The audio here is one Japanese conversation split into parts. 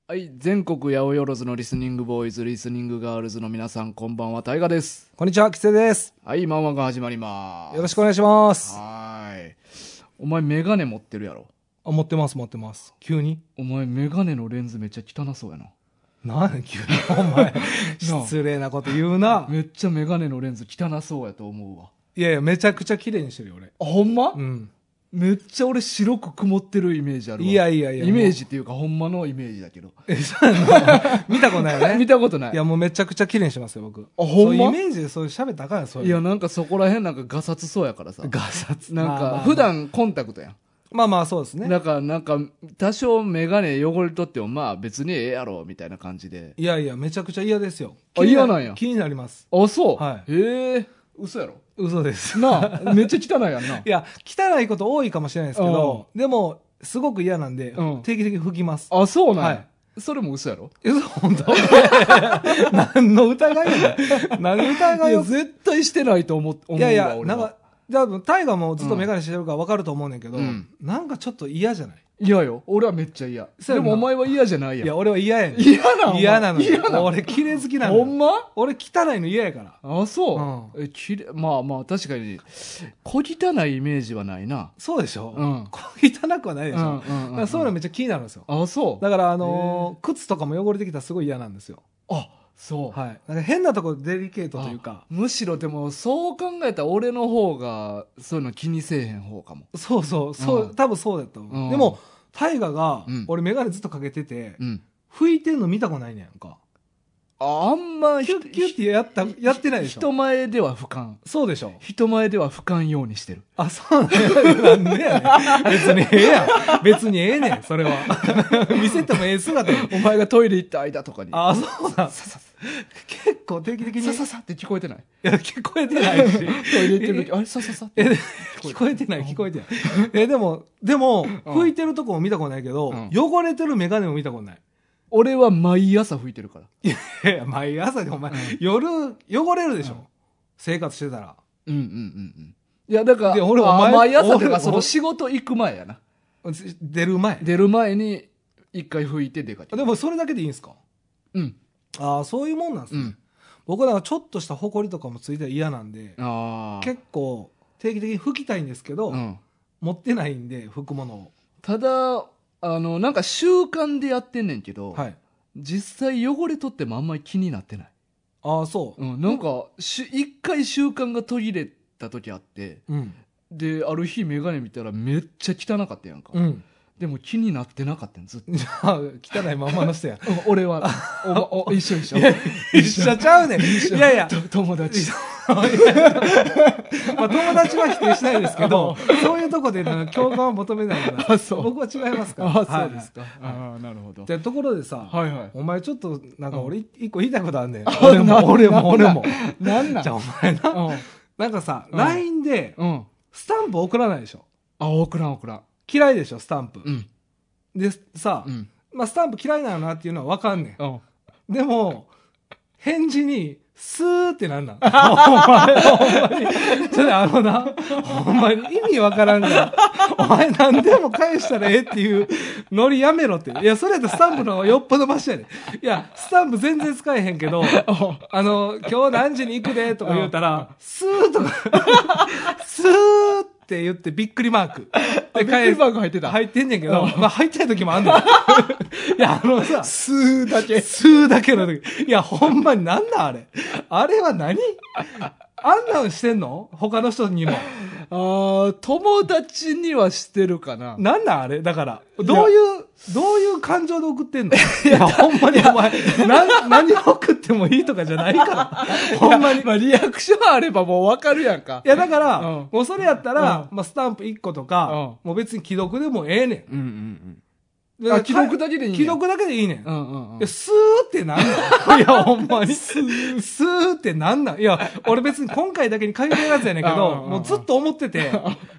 はい、全国八百万のリスニングボーイズ、リスニングガールズの皆さん、こんばんは、タイガです。 こんにちは、キツネです。 はい、マンマが始まります。 よろしくお願いします。 はい。お前、メガネ持ってるやろ。 あ、持ってます。急にお前、メガネのレンズめっちゃ汚そうやな。 なんで急にお前、失礼なこと言うな。 めっちゃメガネのレンズ汚そうやと思うわ。 いやいや、めちゃくちゃ綺麗にしてるよ、俺。 あ、ほんま？ うん。 めっちゃ俺白く曇ってるイメージあるわ。 いや。イメージっていうかほんまのイメージだけど。 見たことないよね。 見たことない。 いや、もうめちゃくちゃ綺麗にしてますよ、僕。 あ、ほんま？ そうイメージでそういう喋ったらあかんよ、そういう。 いや、なんかそこら辺なんかガサツそうやからさ。 ガサツ。 なんか普段コンタクトやん。 まあまあそうですね。 なんか多少メガネ汚れとってもまあ別にええやろみたいな感じで。 いやいや、めちゃくちゃ嫌ですよ。 あ、嫌なんや。 気になります。 あ、そう。 はい。 へえ。嘘やろ。 嘘です。 なあ、めっちゃ汚いやんな。 いや、汚いこと多いかもしれないですけど、でも、すごく嫌なんで、定期的に拭きます。 あ、そうなんや。 はい。 それも嘘やろ。 嘘、本当何の疑いやねん。何の疑いを。 絶対してないと思うわ。 いやいや、なんか、多分、タイガもずっとメガネしてるから分かると思うねんけど、なんかちょっと嫌じゃない？ 嫌よ。俺はめっちゃ嫌。でもお前は嫌じゃないやん。 いや、俺は嫌やねん。 嫌なの。俺、綺麗好きなの。 ほんま？ 俺、汚いの嫌やから。 あ、そう。まあまあ、確かに、小汚いイメージはないな。 そうでしょ？小汚くはないでしょ？そういうのめっちゃ気になるんですよ。 あ、そう。 だから、靴とかも汚れてきたらすごい嫌なんですよ。 あ、そう。 はい。なんか変なところデリケートというか。 むしろでも、そう考えたら俺の方が、そういうの気にせえへん方かも。 そう、多分そうだと思う。でも、タイガが、俺メガネずっとかけてて、拭いてんの見たことないねんか。 あんま、 キュッキュッってやってないでしょ。 人前では俯瞰。 そうでしょ。 人前では俯瞰ようにしてる。 あ、そうなんや。なんでやねん。別にええやん。別にええねん、それは。見せてもええ姿や。 お前がトイレ行った間とかに。 あ、そうなん。結構定期的に。 さささって聞こえてない？ いや、聞こえてないし。トイレ行ってる時、あれさささって。 聞こえてない。でも、拭いてるとこも見たことないけど、汚れてるメガネも見たことない。 俺は毎朝拭いてるから。 いや、毎朝でお前、夜、汚れるでしょ。生活してたら。 いや、だから、俺は毎朝とか、その仕事行く前やな。 出る前に、一回拭いて出かける。 でも、それだけでいいんすか？ うん。 ああ、そういうもんなんですね。僕なんかちょっとしたホコリとかもついたら嫌なんで、結構、定期的に拭きたいんですけど、持ってないんで、拭くものを。 ただ、なんか習慣でやってんねんけど、実際汚れとってもあんまり気になってない。 ああ、そう。 なんか、一回習慣が途切れた時あって、で、ある日メガネ見たらめっちゃ汚かったやんか。でも気になってなかったんずっと。 じゃあ、汚いままの人や。 俺は、一緒。 一緒ちゃうねん。いやいや。 友達。 まあ友達は否定しないですけど、そういうとこで共感を求めないから。僕は違いますから。 あ、そうですか。ああ、なるほど。 で、ところでさ、お前ちょっと、なんか俺一個言いたいことあんねん。俺も。 なんなん？ じゃあお前な、なんかさ、LINE で、スタンプ送らないでしょ。 あ、送らん。 嫌いでしょ、スタンプ。で、さ、まあ、スタンプ嫌いなのなっていうのはわかんねん。でも、返事に、スーってなんなん？ほんまに。ちょっとほんまに意味わからんから、お前何でも返したらええっていうノリやめろって。いや、それやったらスタンプの方がよっぽどマシやで。いや、スタンプ全然使えへんけど、今日何時に行くでとか言うたら、スーとか、スーって言ってびっくりマーク。 びっくりマーク入ってた？ 入ってんねんけど、まあ入ってない時もあんねん。いや、さ、 スーだけの時。いや、ほんまになんだあれ。あれは何？あんなんしてんの？他の人にも。 友達にはしてるかな。 なんなんあれ？だから、どういう感情で送ってんの？いや、ほんまにお前、何送ってもいいとかじゃないから。ほんまに。 まあ、リアクションあればもうわかるやんか。 いや、だから、もうそれやったら、まあ、スタンプ1個とか、もう別に既読でもええねん。 既読だけでいいねん。 既読だけでいいねん。スーってなんなんいや、ほんまに。スーってなんなんいや、俺別に今回だけに限るやつやねんけど、もうずっと思ってて、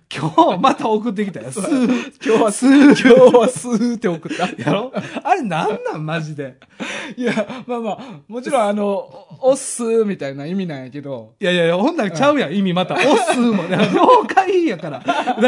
今日また送ってきたよ。スー。 今日はスーって送った。 やろあれなんなんマジで。 いや、まあまあ、もちろんおっすーみたいな意味なんやけど。 いや、ほんならちゃうやん、意味また。おっすーも。了解やから。だから、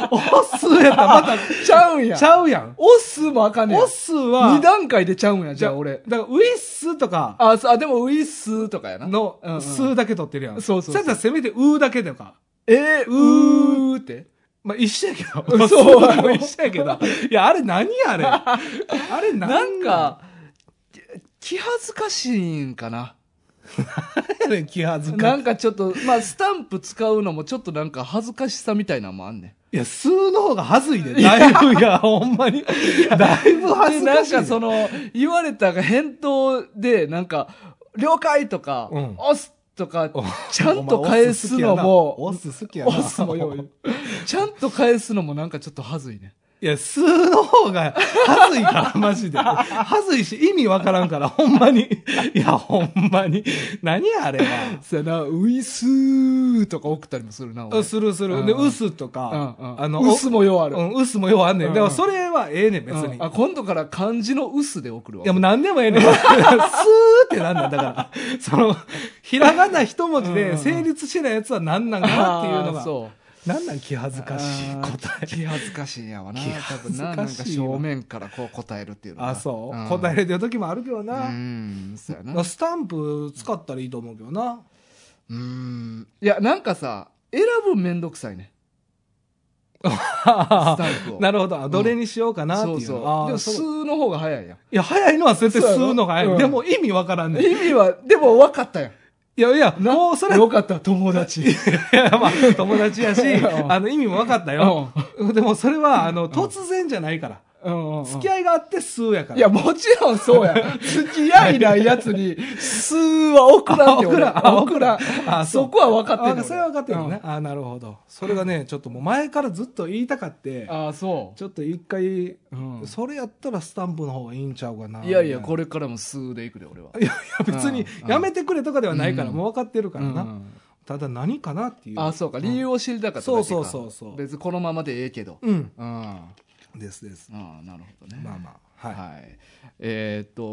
おっすーやったらまた、 ちゃうんや。 ちゃうやん。 おっすーもあかんねん。 おっすーは、 2段階でちゃうんや、じゃあ俺。 だから、ウィッスとか。 でもウィッスーとかやな。 の、スーだけ取ってるやん。 そう。そうやったらせめてうーだけとか。 うーって。 まあ、一緒やけど。そう。一緒やけど。いや、あれ何あれあれなんか、気恥ずかしいんかな。 気恥ずかしい。 なんかちょっと、まあ、スタンプ使うのもちょっとなんか恥ずかしさみたいなのもあんねん。 いや、スーの方が恥ずいで。だいぶ、いや、ほんまに。だいぶ恥ずかしい。 なんかその、言われたが返答で、なんか、了解とか、押すとか、ちゃんと返すのも、 押す好きやな。 押すもよい。ちゃんと返すのもなんかちょっと恥ずいね。 いや、スーの方が恥ずいから、マジで。恥ずいし、意味わからんから、ほんまに。いや、ほんまに。何あれは。 そうやな、ウィスーとか送ったりもするな。 する。で、ウスとか、 ウスもようある。 ウスもようあんねん。でもそれはええねん、別に。 今度から漢字のウスで送るわ。 いや、もう何でもええねん。スーってなんだ。だから、その、ひらがな一文字で成立しないやつは何なんかなっていうのが。そう。なんなん気恥ずかしい答え。 気恥ずかしいやわな。 気恥ずかしい。 なんか正面からこう答えるっていうのは。 そう。答えれてる時もあるけどな。 そうやな。 スタンプ使ったらいいと思うけどな。 いや、なんかさ、選ぶめんどくさいね。スタンプを。 なるほど。どれにしようかなっていう。 そう。でも、数の方が早いやん。いや、早いのは絶対数の方が早い。でも意味わからんねん。 意味は、でも分かったやん。 いや、もうそれ。 よかった、友達。 いや、まあ、友達やし、意味も分かったよ。でもそれは、突然じゃないから。付き合いがあって数やから。 いや、もちろんそうや。付き合いないやつに、数は送らんって。送らん。そこは分かってる。 それは分かってるね。なるほど。それがね、ちょっともう前からずっと言いたかって。 そう。 ちょっと一回、それやったらスタンプの方がいいんちゃうかな。 いや、これからも数でいくで、俺は。 いや、別に、やめてくれとかではないから、もう分かってるからな。ただ何かなっていう。 そうか。理由を知りたかった。 そう。 別にこのままでええけど。 です。 なるほどね。 まあ。はい。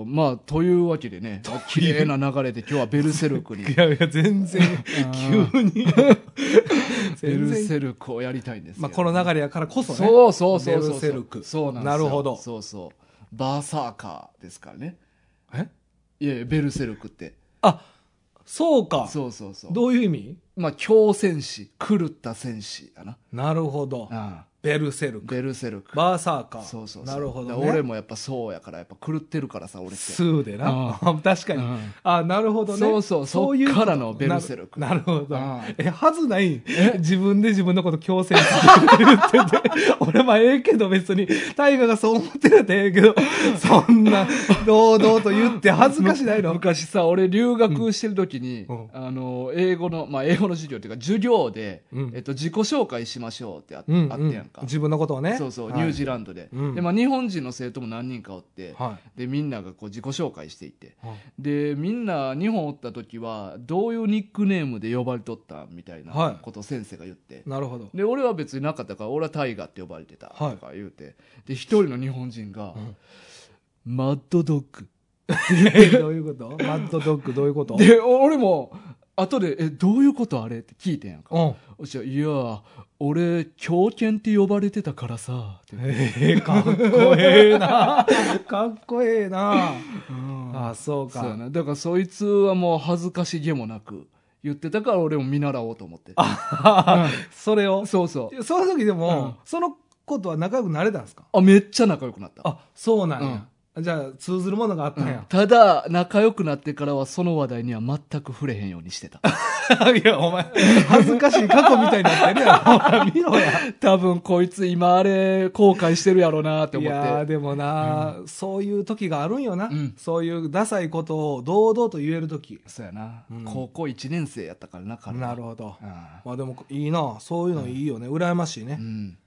まあ、というわけでね、綺麗な流れで今日はベルセルクに。 いや、全然、急に。 ベルセルクをやりたいんですよ。 まあ、この流れやからこそね。 そう。 ベルセルク。 そうなんですよ。 なるほど。 そう。バーサーカーですからね。 いや、ベルセルクって。 そうか。 そう。 どういう意味？ まあ、強戦士、狂った戦士やな。 なるほど。ベルセルク。 バーサーカー。 そう。 なるほど、 ね。俺もやっぱそうやから、やっぱ狂ってるからさ、俺って。 スーでな。確かに。なるほどね。 そういうからのベルセルク。 なるほど。はずない。自分で自分のこと強制して言ってて。俺はええけど別に、大河がそう思ってるってええけど、そんな、堂々と言って恥ずかしないの？ 昔さ、俺留学してる時に、英語の授業っていうか、授業で、自己紹介しましょうってあってやんか。 自分のことをね。 そう、ニュージーランドで。で、日本人の生徒も何人かおって、で、みんながこう自己紹介していて、で、みんな日本おった時は、どういうニックネームで呼ばれとったみたいなことを先生が言って、 なるほど。 で、俺は別になかったから、俺はタイガーって呼ばれてたとか言うて、で、一人の日本人が、マッドドッグ。 どういうこと？マッドドッグどういうこと？ で、俺も、後で、どういうことあれって聞いてんやんか。いや、俺、狂犬って呼ばれてたからさ。 かっこええな。かっこええな。そうか。 そうやな。だからそいつはもう恥ずかしげもなく言ってたから俺も見習おうと思って。 それを？ そう。 その時でも、そのことは仲良くなれたんですか？ めっちゃ仲良くなった。 そうなんや。じゃあ通ずるものがあったんや。 ただ仲良くなってからはその話題には全く触れへんようにしてた。 いやお前恥ずかしい過去みたいになってるやろ。ほら見ろや。 多分こいつ今あれ後悔してるやろうなって思って。 いやでもな、そういう時があるんよな、そういうダサいことを堂々と言える時。 そうやな、高校1年生やったからな。 なるほど、まあでもいいな、そういうのいいよね、羨ましいね。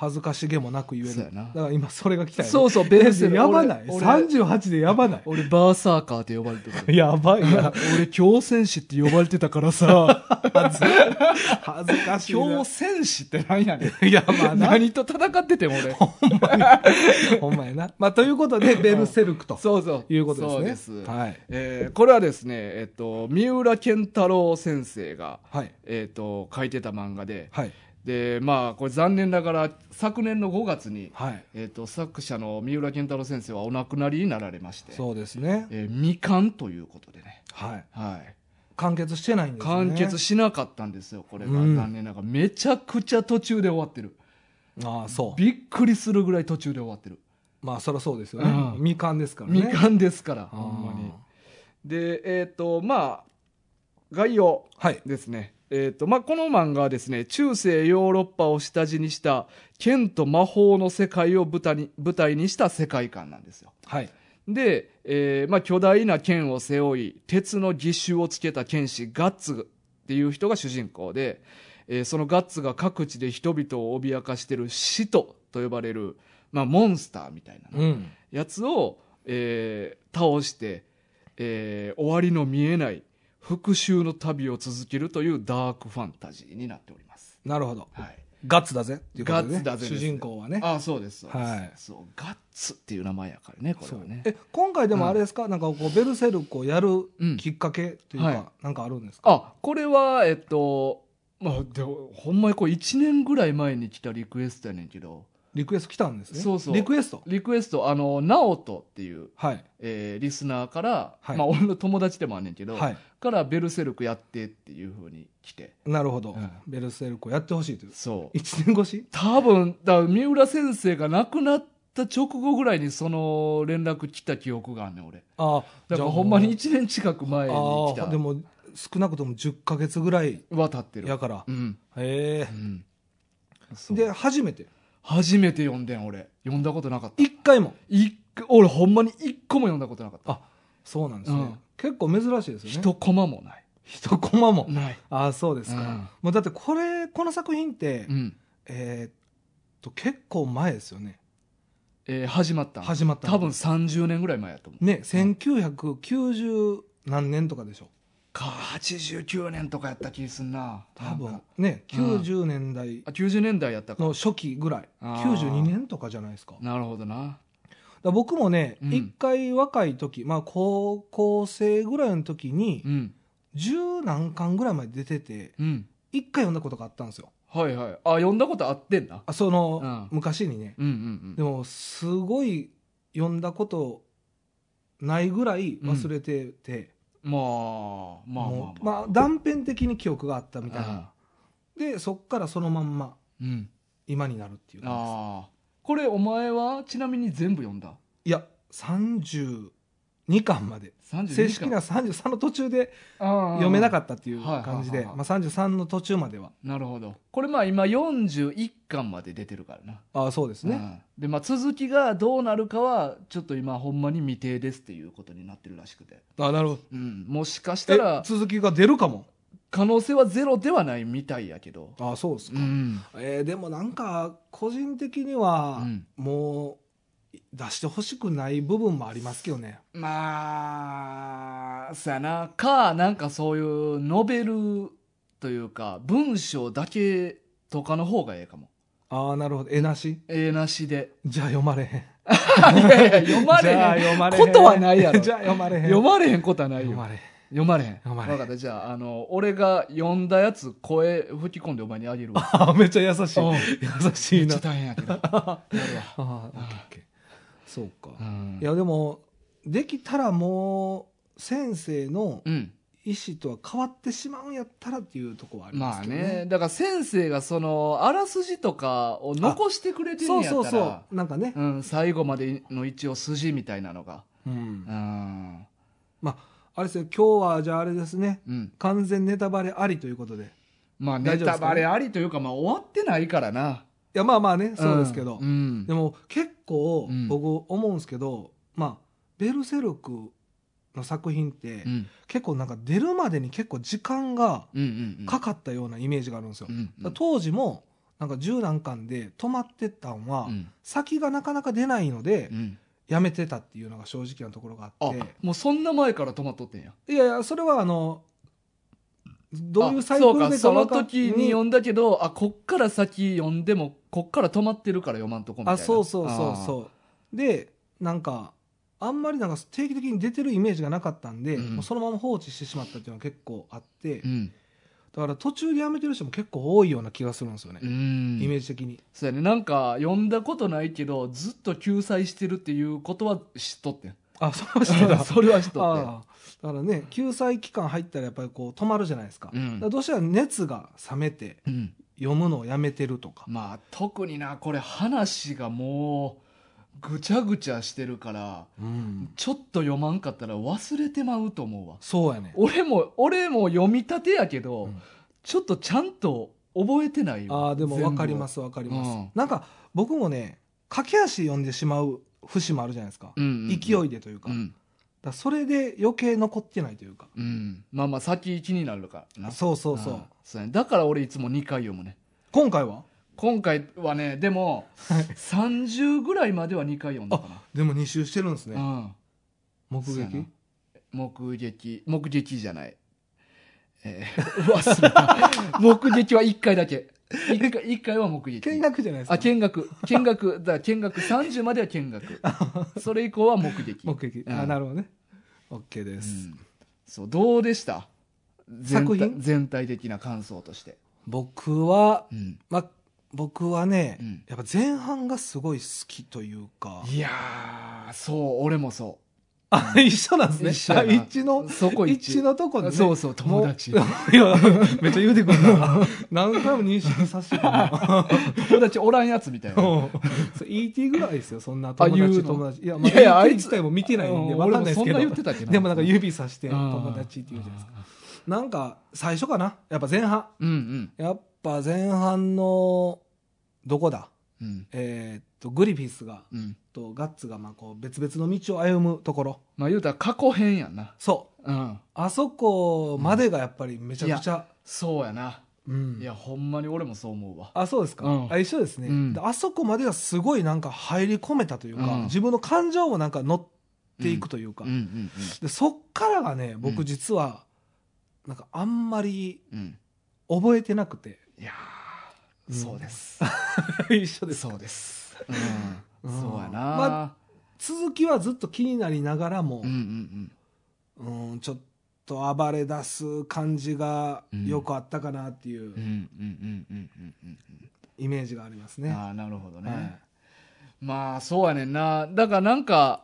恥ずかしげもなく言える。 そうやな。 だから今それが来たよね。 そうそう、ベルセルク。 やばない ?38 でやばない俺バーサーカーって呼ばれてた。 やばいな。 俺強戦士って呼ばれてたからさ。 恥ずかしいな。 強戦士って何やねん。 いや、まあ何と戦ってても俺。 ほんまやな。まあ、ということで、ベルセルクと。 そうそう。 いうことですね。 そうです。 はい。 これはですね、三浦健太郎先生が、 はい。 書いてた漫画で、 はい。 で、まあ、これ残念ながら、昨年の5月に、 はい。 作者の三浦健太郎先生はお亡くなりになられまして、 そうですね。 未完ということでね。 はい。 はい。 完結してないんですね。 完結しなかったんですよ、これが。残念ながら。めちゃくちゃ途中で終わってる。 ああ、そう。 びっくりするぐらい途中で終わってる。 まあ、そりゃそうですよね。未完ですからね。 未完ですから、ほんまに。で、まあ、概要ですね。まあ、この漫画はですね、中世ヨーロッパを下地にした剣と魔法の世界を舞台にした世界観なんですよ。 はい。 で、まあ、巨大な剣を背負い、鉄の義手をつけた剣士ガッツっていう人が主人公で、そのガッツが各地で人々を脅かしている使徒と呼ばれる、まあ、モンスターみたいな、やつを、倒して、終わりの見えない復讐の旅を続けるというダークファンタジーになっております。 なるほど。 はい。 ガッツだぜっていうことで、ね、 ガッツだぜ、 主人公はね。 ああ、そうです。 はい。 そう、ガッツっていう名前やからね、これはね。 今回でもあれですか、なんかこう、ベルセルクをやるきっかけというか、なんかあるんですか？ あ、これは、まあ、でも、ほんまにこう、1年ぐらい前に来たリクエストやねんけど。 リクエスト来たんですね。 そうそう。 リクエスト、 ナオトっていう、 はい。 リスナーから、 はい、 まあ、俺の友達でもあんねんけど、 はい、 からベルセルクやってっていうふうに来て。 なるほど。ベルセルクをやってほしいという。 そう。 1年越し？ 多分、三浦先生が亡くなった直後ぐらいにその連絡来た記憶があんねん、俺。 ああ。 だからほんまに1年近く前に来た。 でも、少なくとも10ヶ月ぐらいは経ってる。 やから。 うん。 へえ。で、初めて読んでん、俺。読んだことなかった。 一回も俺ほんまに一個も読んだことなかった。 あ、そうなんですね。結構珍しいですよね。 一コマもない。 一コマもない。 ああ、そうですか。もうだってこの作品って、結構前ですよね。 始まった。多分30年ぐらい前やと思う。 ね、1990何年とかでしょ。 89年とかやった気すんな。 多分ね、90年代。 90年代やったか。 の初期ぐらい。92年とかじゃないですか。 なるほどな。 僕もね、一回若い時、まあ高校生ぐらいの時に、10何巻ぐらいまで出てて、一回読んだことがあったんですよ。 はいはい。あ、読んだことあってんな。 昔にね。でも、すごい読んだことないぐらい忘れてて、まあ断片的に記憶があったみたいな。で、そっからそのまんま、今になるっていう感じです。 これお前はちなみに全部読んだ？ いや、32巻まで。正式な33の途中で読めなかったっていう感じで、33の途中までは。 なるほど。これまあ今41巻まで出てるからな。 ああ、そうですね。 で、まあ続きがどうなるかは、ちょっと今ほんまに未定ですっていうことになってるらしくて。 ああ、なるほど。 もしかしたら。 続きが出るかも。 可能性はゼロではないみたいやけど。 ああ、そうですか。でもなんか、個人的には、もう、出してほしくない部分もありますけどね。 まあ、そうやな。なんかそういうノベルというか、文章だけとかの方がええかも。 ああ、なるほど。絵なしで。 じゃあ読まれへん。 いやいや、読まれへん。ことはないやろ。 じゃあ読まれへん。 読まれへんことはないよ。 読まれへん。 分かった。じゃあ、俺が読んだやつ、声吹き込んでお前にあげるわ。 めっちゃ優しい。優しいな。 めっちゃ大変やけど。やるわ。 そうか。いや、でも、できたらもう、先生の意思とは変わってしまうんやったらっていうところはありますけどね。まあね。 だから先生があらすじとかを残してくれてるんやったら、 そうなんかね。 最後までの一応筋みたいなのが。 まあ、あれですよ、今日はじゃああれですね。完全ネタバレありということで。 まあ、ネタバレありというか、まあ、終わってないからな。 いや、まあね、そうですけど。でも、結構、僕思うんですけど、まあ、ベルセルクの作品って、結構なんか出るまでに結構時間がかかったようなイメージがあるんですよ。当時も、 なんか10何巻で止まってったんは、先がなかなか出ないので、やめてたっていうのが正直なところがあって。 もうそんな前から止まっとってんや。 いやいや、それはどういうサイクルでその時に読んだけど、こっから先読んでも、こっから止まってるから読まんとこみたいな。 そうで、なんか、あんまりなんか定期的に出てるイメージがなかったんで、もうそのまま放置してしまったっていうのは結構あって、だから途中でやめてる人も結構多いような気がするんですよね、イメージ的に。 そうやね、なんか読んだことないけどずっと救済してるっていうことは知っとってん。 それは知ってたそれは知っとってん。 だからね、救済期間入ったらやっぱりこう止まるじゃないですか。だからどうしても熱が冷めて、読むのをやめてるとか。 まあ特にな、これ話がもうぐちゃぐちゃしてるから、ちょっと読まんかったら忘れてまうと思うわ。 そうやね。 俺も読み立てやけど、ちょっとちゃんと覚えてないわ。 でも分かります分かります。なんか僕もね、駆け足読んでしまう節もあるじゃないですか。勢いでというか。だそれで余計残ってないというか、 まあまあ先気になるからな。 そうだから俺いつも2回読むね。 今回はね、でも30ぐらいまでは2回読んだかな。 でも2周してるんですね。目撃じゃない、忘れた。目撃は1回だけ。1回は目撃。 見学じゃないですか。 見学30までは見学。それ以降は目撃。 なるほどね。 OK です、 そう、どうでした？ 作品全体的な感想として。 僕はね、やっぱ前半がすごい好きというか。 いやー、そう俺もそう。 一緒なんですね。一致のとこでね。 そうそう、友達。いや、 めっちゃ言うてくるな。何回も認識させてくるな。 友達おらんやつみたいな。 ET ぐらいですよ、そんな友達。いや、あいつ自体も見てないんで分かんないですけど。でもなんか指さして友達って言うじゃないですか。なんか、最初かなやっぱ前半。やっぱ前半の、どこだグリフィスが、とガッツがこう別々の道を歩むところ。 言うたら過去編やな。 そう。あそこまでがやっぱりめちゃくちゃ。 そうやな。いや、ほんまに俺もそう思うわ。 そうですか。一緒ですね。あそこまでがすごいなんか入り込めたというか、自分の感情もなんか乗っていくというか。でそっからがね、僕実は、なんかあんまり覚えてなくて。 いやー、そうです。 一緒です。 そうです。そうやな。 続きはずっと気になりながらも、ちょっと暴れ出す感じがよくあったかなっていうイメージがありますね。 なるほどね。まあそうやねんな。だからなんか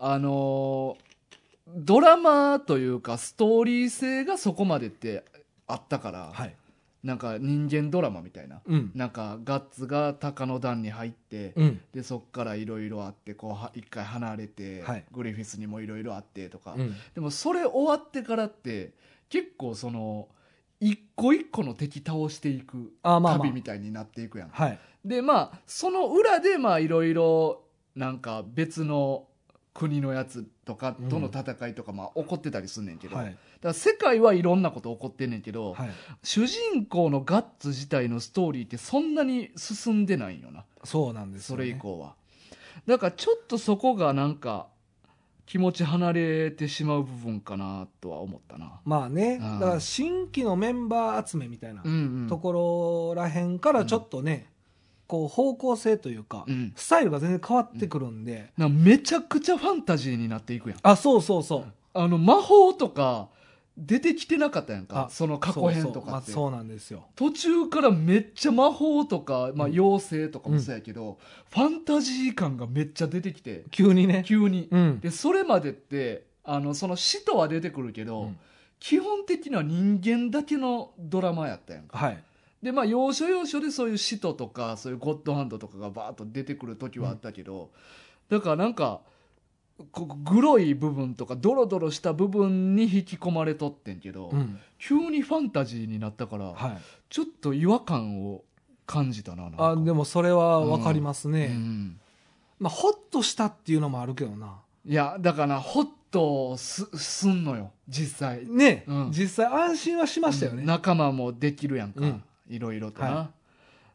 ドラマというかストーリー性がそこまでってあったから、なんか人間ドラマみたいな、なんかガッツが鷹の段に入って、でそっからいろいろあってこう一回離れて、グリフィスにもいろいろあってとか、でもそれ終わってからって結構その一個一個の敵倒していく旅みたいになっていくやん。でその裏でいろいろなんか別の国のやつとかとの戦いとか起こってたりすんねんけど、だから世界はいろんなこと起こってんねんけど、主人公のガッツ自体のストーリーってそんなに進んでないんよな。 そうなんですよね。 それ以降はだからちょっとそこがなんか気持ち離れてしまう部分かなとは思ったな。 だから新規のメンバー集めみたいなところらへんからちょっとね、こう方向性というか、スタイルが全然変わってくるんで、 めちゃくちゃファンタジーになっていくやん。 そう魔法とか出てきてなかったやんか、その過去編とかって。 そうなんですよ。 途中からめっちゃ魔法とか、妖精とかもそうやけど、ファンタジー感がめっちゃ出てきて、 急に、 でそれまでってその使徒は出てくるけど、基本的には人間だけのドラマやったやんか。で要所要所でそういう使徒とかそういうゴッドハンドとかがバーッと出てくる時はあったけど、だからなんかグロい部分とかドロドロした部分に引き込まれとってんけど、急にファンタジーになったから、ちょっと違和感を感じたな。 でもそれは分かりますね。ホッとしたっていうのもあるけどな。 いやだからホッとすんのよ実際ね、実際安心はしましたよね。 仲間もできるやんか、いろいろとな。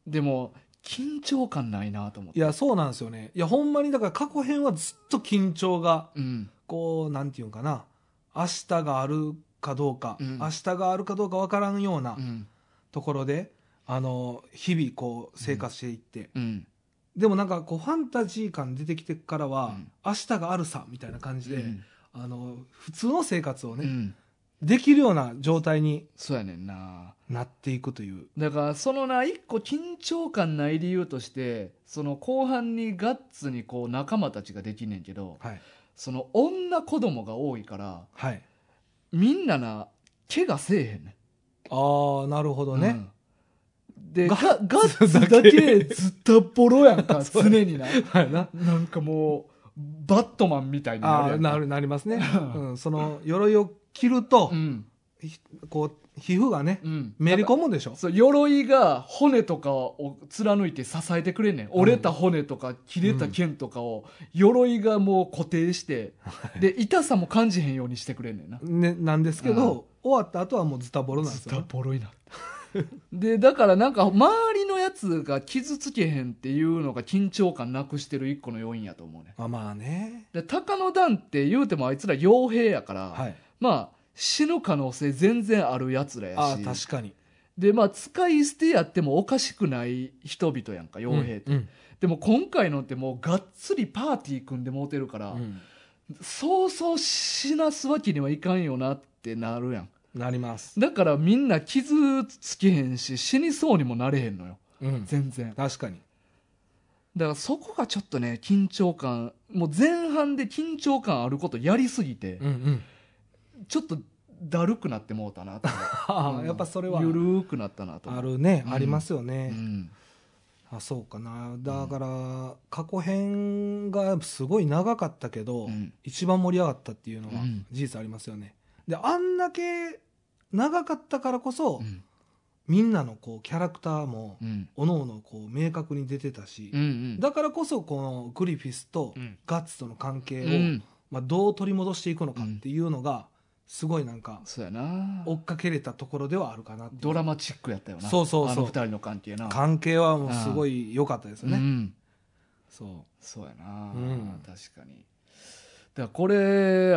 でも緊張感ないなと思って。 いやそうなんですよね。いやほんまにだから過去編はずっと緊張が、こうなんていうんかな、明日があるかどうか、明日があるかどうか分からんようなところで、日々こう生活していって、でもなんかこうファンタジー感出てきてからは、明日があるさみたいな感じで、普通の生活をね、できるような状態にそうやねんなっていくという。 だからそのな一個緊張感ない理由として、その後半にガッツにこう仲間たちができんねんけど、その女子供が多いから、みんなな怪我せえへんねん。 ああなるほどね。 でガッツだけずったっぽろやんか常にな。なんかもうバットマンみたいになるやんか。 なりますね。その鎧を着ると、こう皮膚がね、めり込むでしょ。 そう鎧が骨とかを貫いて支えてくれんねん。折れた骨とか切れた剣とかを鎧がもう固定して、で痛さも感じへんようにしてくれんねんな。 なんですけど、終わった後はもうズタボロなんですよ。 ズタボロになった。でだからなんか周りのやつが傷つけへんっていうのが緊張感なくしてる一個の要因やと思うね。 まあね。 で高野団って言うてもあいつら傭兵やから、まあ死ぬ可能性全然あるやつらやし。 確かに。でまあ使い捨てやってもおかしくない人々やんか傭兵って、でも今回のってもうがっつりパーティー組んでもうてるから、そうそう死なすわけにはいかんよなってなるやん。 なります。 だからみんな傷つけへんし死にそうにもなれへんのよ、全然。 確かに。 だからそこがちょっとね緊張感、もう前半で緊張感あることやりすぎて、ちょっとだるくなってもうたなとやっぱそれはゆるくなったなとあるね、ありますよね。そうかな。だから過去編がすごい長かったけど、一番盛り上がったっていうのは事実ありますよね。であんだけ長かったからこそ、みんなのこうキャラクターもおのおのこう明確に出てたし、だからこそこのグリフィスとガッツとの関係を、どう取り戻していくのかっていうのがすごいなんか追っかけれたところではあるかなって。 ドラマチックやったよな。 そうあの二人の関係な。 関係はもうすごい良かったですよね。 そうやな、確かに。だからこれ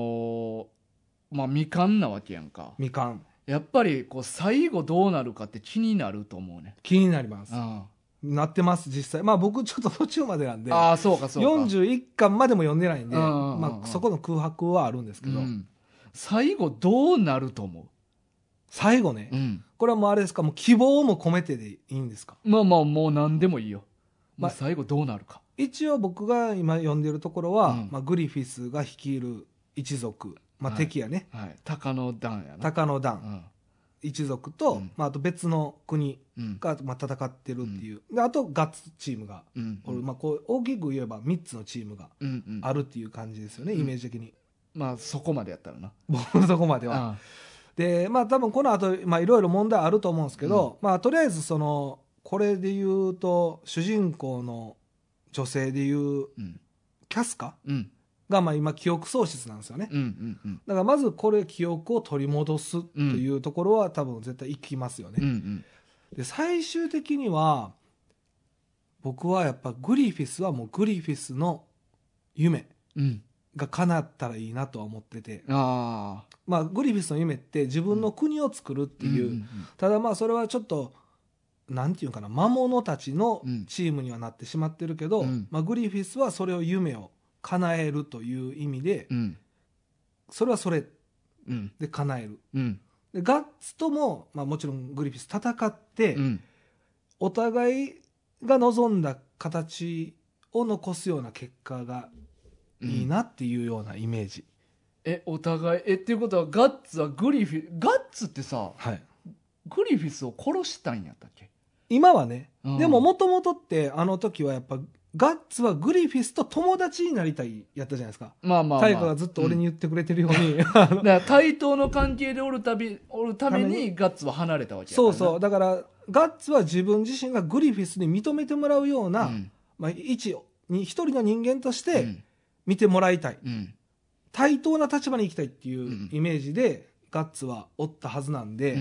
未完なわけやんか。 未完。 やっぱりこう最後どうなるかって気になると思うね。 気になります。なってます実際。僕ちょっと途中までなんで、 そうか 41巻までも読んでないんで、そこの空白はあるんですけど、 最後どうなると思う？ 最後ね、これはもうあれですか、もう希望も込めてでいいんですか？ もう何でもいいよ。最後どうなるか。 一応僕が今読んでるところは、グリフィスが率いる一族、敵やね、 高野団やな。 高野団、一族と、あと別の国が、戦ってるっていう、であとガッツチームが、こう大きく言えば3つのチームがあるっていう感じですよね、イメージ的に。 そこまでやったらな、 そこまでは。で多分この後いろいろ問題あると思うんですけど、とりあえずこれで言うと主人公の女性でいうキャスカが今記憶喪失なんですよね。だからまずこれ記憶を取り戻すというところは多分絶対いきますよね。で最終的には僕はやっぱグリフィスはもうグリフィスの夢が叶ったらいいなとは思ってて、グリフィスの夢って自分の国を作るっていう、ただそれはちょっとなんていうかな、魔物たちのチームにはなってしまってるけど、グリフィスはそれを夢を叶えるという意味で、それはそれで叶える、でガッツとも、もちろんグリフィス戦って、お互いが望んだ形を残すような結果がいいなっていうようなイメージ。 お互いっていうことはガッツはガッツってさ、グリフィスを殺したんやったっけ今はね。でももともとってあの時はやっぱガッツはグリフィスと友達になりたいやったじゃないですか。大河がずっと俺に言ってくれてるように、だから対等の関係でおるためにガッツは離れたわけやからだからガッツは自分自身がグリフィスに認めてもらうような、一人の人間として見てもらいたい、対等な立場に行きたいっていうイメージでガッツはおったはずなんで、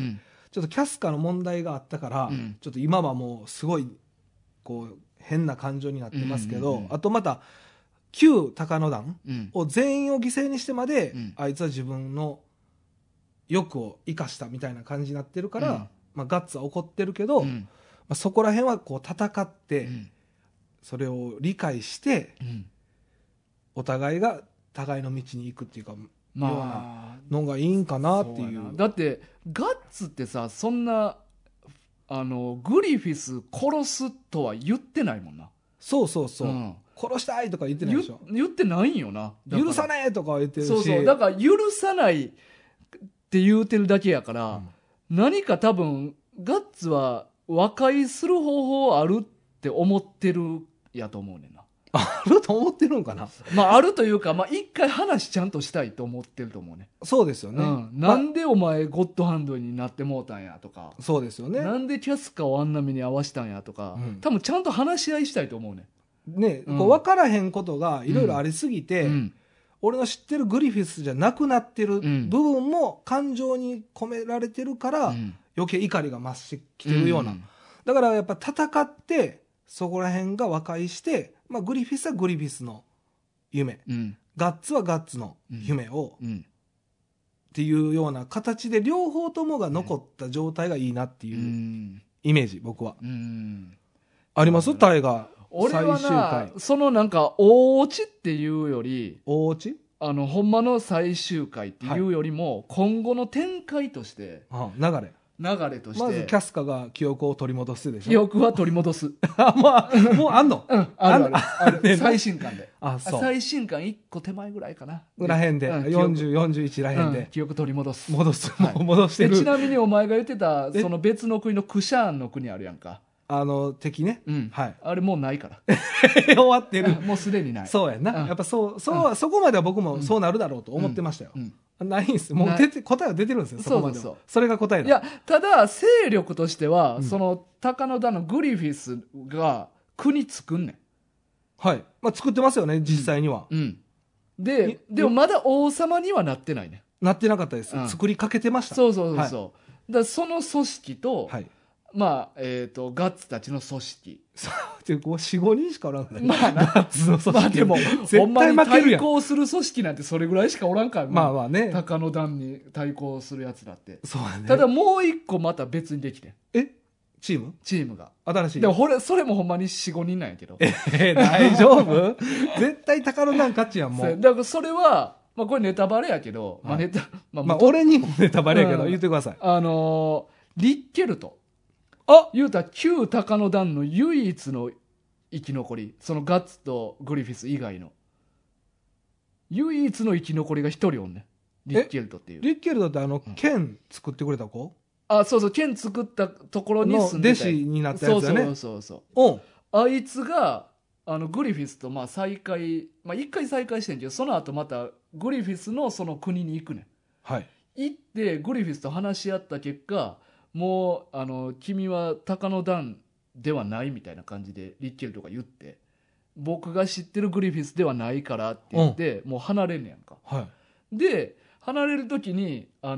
ちょっとキャスカの問題があったから、うん、ちょっと今はもうすごいこう変な感情になってますけど、あとまた旧高野団を全員を犠牲にしてまで、あいつは自分の欲を生かしたみたいな感じになってるから、まあ、ガッツは怒ってるけど、まあ、そこら辺はこう戦って、それを理解して、お互いが互いの道に行くっていうか、まあ、ようなのがいいんかなっていう。 だってガッツってさ、そんなグリフィス殺すとは言ってないもんな。 そうそうそう、殺したいとか言ってないでしょ。 言ってないんよな。 許さねえとか言ってるし。 そうそう、だから許さないって言うてるだけやから、何か多分ガッツは和解する方法あるって思ってるやと思うねんな。 あると思ってるんかな。 まああるというか、まあ一回話ちゃんとしたいと思ってると思うね。 そうですよね。 なんでお前ゴッドハンドになってもうたんやとか。 そうですよね。 なんでキャスカをあんな目に合わしたんやとか、多分ちゃんと話し合いしたいと思うね。 ね、こう分からへんことがいろいろありすぎて、俺の知ってるグリフィスじゃなくなってる部分も感情に込められてるから、余計怒りが増してきてるような。だからやっぱ戦ってそこら辺が和解して、まあ、グリフィスはグリフィスの夢、ガッツはガッツの夢を、っていうような形で両方ともが残った状態がいいなっていうイメージ、僕は。ありますタイガー。 俺はな、そのなんか大落ちっていうより、 大落ち？ ほんまの最終回っていうよりも、今後の展開として、流れとして、 まずキャスカが記憶を取り戻すでしょ。 記憶は取り戻す。 もうあんの？ ある。最新刊で。 最新刊1個手前ぐらいかな。 らへんで、40、41らへんで。 記憶取り戻す。 戻してる。 ちなみにお前が言ってた、その別の国のクシャーンの国あるやんか。 敵ね。 はい。あれもうないから。 終わってる。 もうすでにない。 そうやな。やっぱそこまでは僕もそうなるだろうと思ってましたよ。ないんです。もう答えは出てるんですよ、そこまでは。それが答えだ。 いや、ただ、勢力としては、その、高野田のグリフィスが国作んねん。 はい。まあ、作ってますよね、実際には。 でもまだ王様にはなってないね。 なってなかったです。作りかけてました。 そう。だからその組織と、まあ、ガッツたちの組織。 そう4、5人しかおらんね。 まあな。ガッツの組織。まあでも、ほんまに対抗する組織なんてそれぐらいしかおらんからね。 まあまあね。 高野団に対抗するやつだって。 そうやね。 ただもう一個また別にできて。 チームが新しい。でもそれもほんまに4、5人なんやけど。 大丈夫絶対高野団勝ちやん、もう。 だからそれは、まあこれネタバレやけど、まあ俺にもネタバレやけど、言ってください。 リッケルト。言うたら旧高野団の唯一の生き残り、そのガッツとグリフィス以外の唯一の生き残りが一人おんねん。リッケルトっていう。 リッケルトって剣作ってくれた子？ そう剣作ったところに住んでた。 弟子になったやつだね。 そう。あいつがグリフィスとまあ再会、まあ一回再会してんけど、その後またグリフィスのその国に行くねん。 はい。 行ってグリフィスと話し合った結果、もう君は高野団ではないみたいな感じでリッケルトが言って、僕が知ってるグリフィスではないからって言って、もう離れんねやんか。で離れる時にバ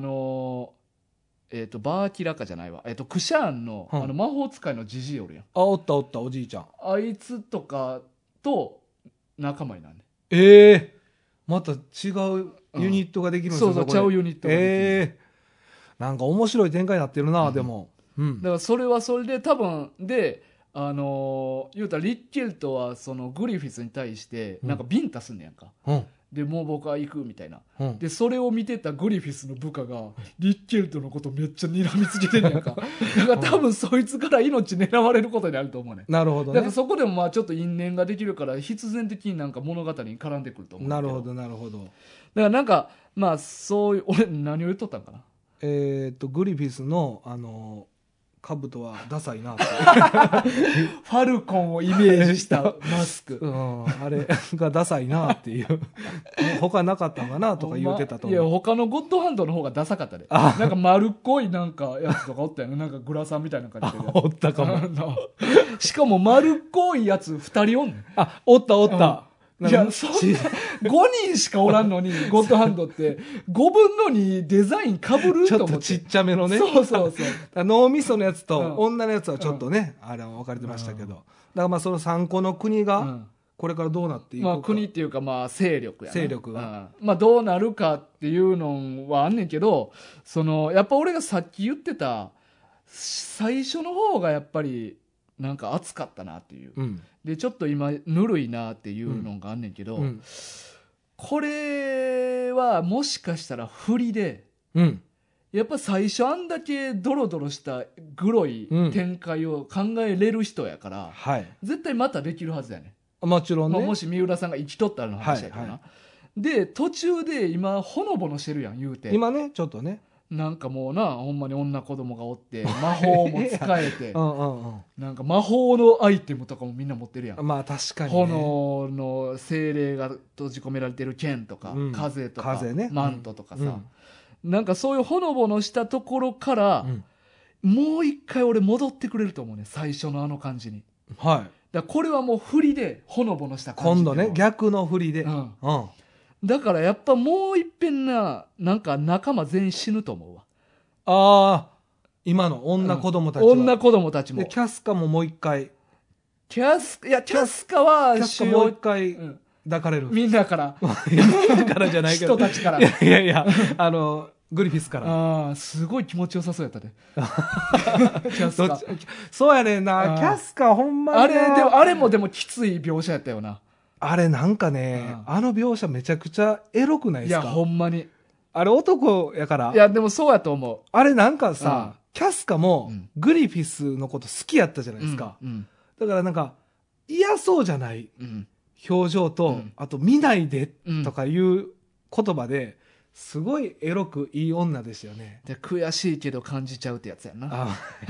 ーキラカじゃないわ、クシャーンの、魔法使いのジジイおるやん。 おったおじいちゃん。 あいつとかと仲間になんねん。また違うユニットができるんですよ。 そうちゃうユニットができる。 なんか面白い展開になってるな、でも。 だからそれはそれで多分で、言うたらリッケルトはそのグリフィスに対してなんかビンタすんねやんか。でもう僕は行くみたいな。でそれを見てたグリフィスの部下がリッケルトのことめっちゃ睨みつけてんねやんか。だから多分そいつから命狙われることになると思うね。 なるほどね。 だからそこでもまあちょっと因縁ができるから必然的になんか物語に絡んでくると思う。 なるほど。だからなんかまあそういう俺何を言っとったんかな。 グリフィスの兜はダサいなってファルコンをイメージしたマスク、 あれがダサいなっていう他なかったんかなとか言うてたと思う。 いや他のゴッドハンドの方がダサかったで。なんか丸っこいなんかやつとかおったよね。なんかグラサンみたいな感じでおったかも。 しかも丸っこいやつ2人おんねん。 おった、 いや、そんな、5人しかおらんのに、ゴッドハンドって、5分の2デザイン被ると思って。ちょっとちっちゃめのね。 そうそうそう。 脳みそのやつと女のやつはちょっとね、あれは分かれてましたけど。だからまあその3個の国が、これからどうなっていくか。 まあ国っていうかまあ勢力やな。 勢力が。 まあどうなるかっていうのはあんねんけど、やっぱ俺がさっき言ってた、最初の方がやっぱり、なんか熱かったなっていう、でちょっと今ぬるいなっていうのがあんねんけど、これはもしかしたら振りで、やっぱ最初あんだけドロドロしたグロい展開を考えれる人やから、絶対またできるはずやねん。もちろんね、 もし三浦さんが生きとったらの話やけどな、で途中で今ほのぼのしてるやん言うて、 今ねちょっとねなんかもうな、ほんまに女子供がおって魔法も使えてなんか魔法のアイテムとかもみんな持ってるやん。 まあ確かに、ね、 炎の精霊が閉じ込められてる剣とか、風とか、ね、マントとかさ、なんかそういうほのぼのしたところから、もう一回俺戻ってくれると思うね、最初のあの感じに。だからこれはもう振りでほのぼのした感じ。 今度ね、逆の振りで。 だからやっぱもう一遍なんか仲間全員死ぬと思うわ。 ああ、今の女子供たちは。 女子供たちも。 で、キャスカももう一回。 キャスカは、 キャスカもう一回抱かれる。 みんなから。 みんなからじゃないけど。 人たちから。 いや、グリフィスから。 ああ、すごい気持ちよさそうやったで。キャスカ。 そうやねんな。キャスカほんまに。 あれもでもきつい描写やったよな。 あれなんかね、あの描写めちゃくちゃエロくないですか？ いや、ほんまに。 あれ男やから。 いや、でもそうやと思う。 あれなんかさ、キャスカもグリフィスのこと好きやったじゃないですか。だからなんか嫌そうじゃない表情と、あと見ないでとかいう言葉で、すごいエロくいい女ですよね。 で、悔しいけど感じちゃうってやつやな。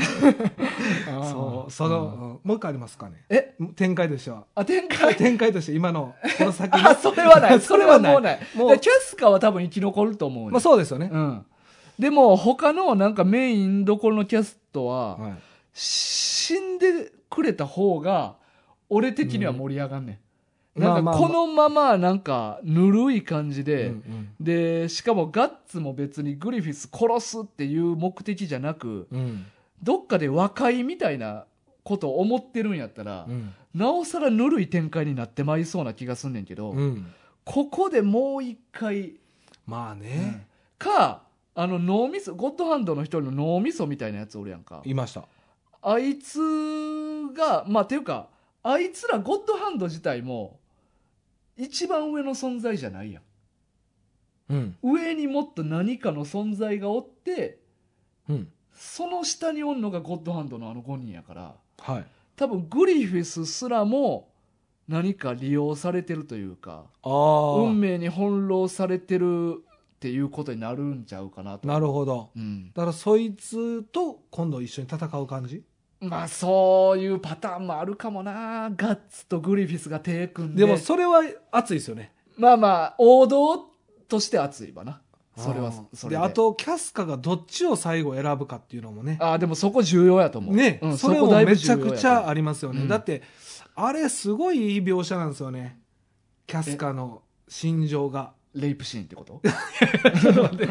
そう、もう一回ありますかね。展開としては。展開として今の、この先の。それはない。それはもうない。キャスカは多分生き残ると思う。 まあそうですよね。 でも他のなんかメインどころのキャストは、死んでくれた方が、俺的には盛り上がんねん。なんかこのままなんかぬるい感じで、でしかもガッツも別にグリフィス殺すっていう目的じゃなく、どっかで和解みたいなことを思ってるんやったら、なおさらぬるい展開になってまいそうな気がすんねんけど、ここでもう一回まあね、 脳みそゴッドハンドの一人の脳みそみたいなやつおるやんか。 いました。 あいつがていうかあいつらゴッドハンド自体も一番上の存在じゃないやん、上にもっと何かの存在がおって、その下におんのがゴッドハンドのあの5人やから、多分グリフィスすらも何か利用されてるというか、運命に翻弄されてるっていうことになるんちゃうかなと。 なるほど、だからそいつと今度一緒に戦う感じ。 まあそういうパターンもあるかもな。ガッツとグリフィスが手組んで。 でもそれは熱いですよね。 まあ王道として熱いわな。それはそれで。 あとキャスカがどっちを最後選ぶかっていうのもね。 でもそこ重要やと思うね、それもめちゃくちゃありますよね。だってあれすごいいい描写なんですよね、キャスカの心情が。 レイプシーンってこと？ ちょっと待って。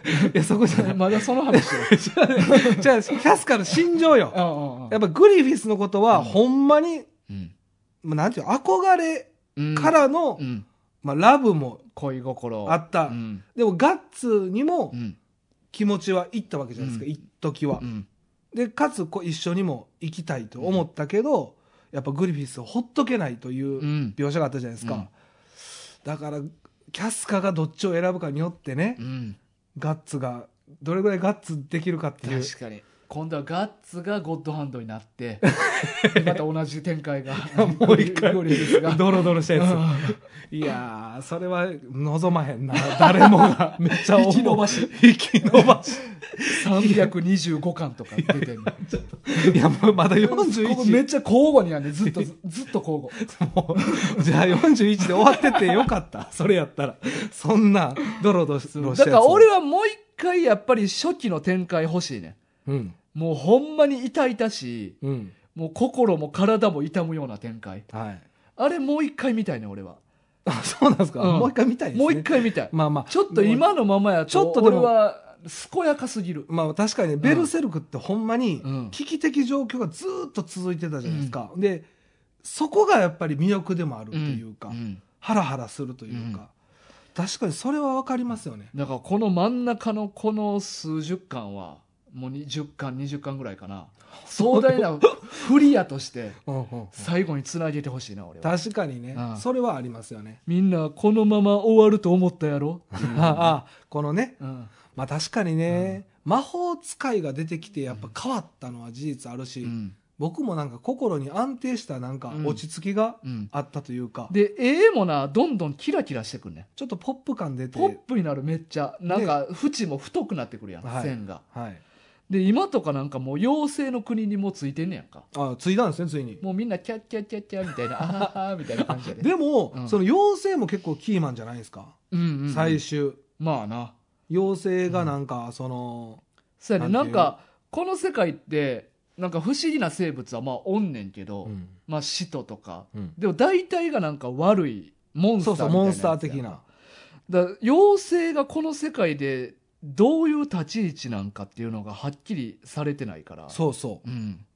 いや、そこじゃない。 まだその話よ。 じゃあ、キャスカの心情よ。やっぱグリフィスのことは、ほんまに、なんていう、憧れからの、ラブも恋心あった。でも、ガッツにも気持ちはいったわけじゃないですか、一時は。で、かつ、一緒にも行きたいと思ったけど、やっぱグリフィスをほっとけないという描写があったじゃないですか。だから、キャスカがどっちを選ぶかによってね、ガッツがどれぐらいガッツできるかっていう。 確かに今度はガッツがゴッドハンドになってまた同じ展開がもう一回ドロドロしたやつ。いやー、それは望まへんな、誰もが。めっちゃ引き伸ばし325巻とか出てる。 いや、もうまだ41。 めっちゃ交互にやんね、ずっと交互。 もうじゃあ41で終わっててよかった。それやったらそんなドロドロしたやつ。 だから俺はもう一回やっぱり初期の展開欲しいね。もうほんまに痛々しい、もう心も体も痛むような展開。 あれもう一回見たいね俺は。 そうなんですか、もう一回見たいですね。 もう一回見たい。 まあまあちょっと今のままやと俺は健やかすぎる。 まあ確かにね、ベルセルクってほんまに危機的状況がずっと続いてたじゃないですか、でそこがやっぱり魅力でもあるというか、ハラハラするというか、確かにそれは分かりますよね。 だからこの真ん中のこの数十巻はもう10巻20巻ぐらいかな、壮大なフリアとして最後につなげてほしいな俺は。 確かにね、それはありますよね。 みんなこのまま終わると思ったやろこのね、まあ確かにね、魔法使いが出てきてやっぱ変わったのは事実あるし、僕もなんか心に安定したなんか落ち着きがあったというか、 で絵もなどんどんキラキラしてくるね。 ちょっとポップ感出てポップになる。めっちゃなんか縁も太くなってくるやん、線が。で今とかなんかもう妖精の国にもついてんねやんか。 ついたんですね、ついに。 もうみんなキャッキャッキャッキャみたいなあははみたいな感じで。 でも、その妖精も結構キーマンじゃないですか、最終。 まあな、 妖精がなんかその、 そうやね、なんかこの世界ってなんか不思議な生物はまあおんねんけど、まあ使徒とか、でも大体がなんか悪いモンスターみたいなやつやん。 モンスター的な。 だから妖精がこの世界でどういう立ち位置なんかっていうのがはっきりされてないから。 そうそう、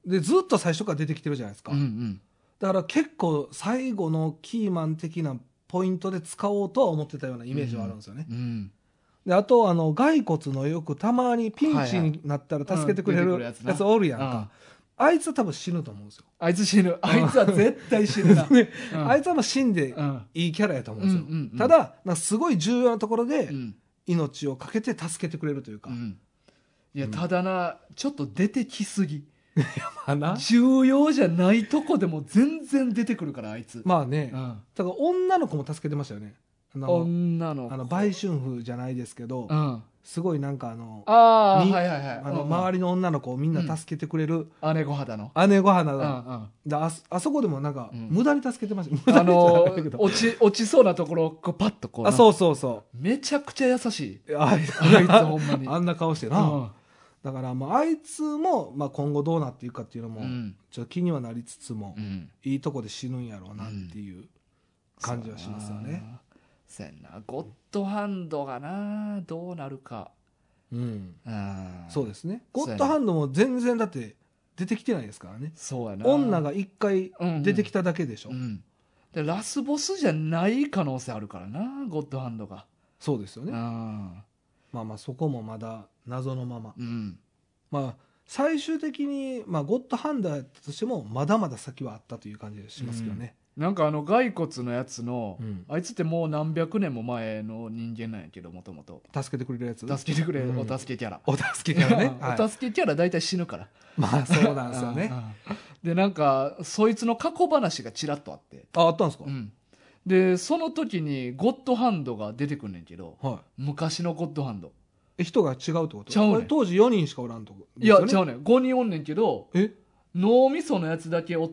でずっと最初から出てきてるじゃないですか、だから結構最後のキーマン的なポイントで使おうとは思ってたようなイメージはあるんですよね、であと骸骨のよくたまにピンチになったら助けてくれるやつおるやんか、あいつ多分死ぬと思うんですよ。 あいつ死ぬ。あいつは絶対死ぬな、 あいつは死んでいいキャラやと思うんですよ、ただなんかすごい重要なところで、命をかけて助けてくれるというか、 いやただな、ちょっと出てきすぎ重要じゃないとこでも全然出てくるからあいつ。 まあね、だから女の子も助けてましたよね。 女の子売春婦じゃないですけど、すごいなんか周りの女の子をみんな助けてくれる、 姉御肌の姉御肌だ、あそこでもなんか無駄に助けてました。 落ちそうなところをこうパッとこう、 そうそうそう、 めちゃくちゃ優しいあいつほんまにあんな顔してな、だからあいつも今後どうなっていくかっていうのもちょっと気にはなりつつも、いいとこで死ぬんやろうなっていう感じはしますよね。 そうやな、ゴッドハンドがなどうなるか。 そうですね、ゴッドハンドも全然だって出てきてないですからね。 そうやな、 女が一回出てきただけでしょ、 でラスボスじゃない可能性あるからな、ゴッドハンドが。 そうですよね。まあそこもまだ謎のまま、最終的にゴッドハンドやったとしてもまだまだ先はあったという感じがしますけどね。 なんか骸骨のやつの、あいつってもう何百年も前の人間なんやけど、もともと助けてくれるやつ、 助けてくれる、お助けキャラ、 お助けキャラねお助けキャラ大体死ぬから。 まあそうなんですよねでなんかそいつの過去話がちらっとあって、 あったんですか。 でその時にゴッドハンドが出てくんねんけど、昔のゴッドハンド人が違うってこと？ ちゃうねん。 当時4人しかおらんとこ、 いやちゃうねん、5人おんねんけど、脳みそのやつだけおって、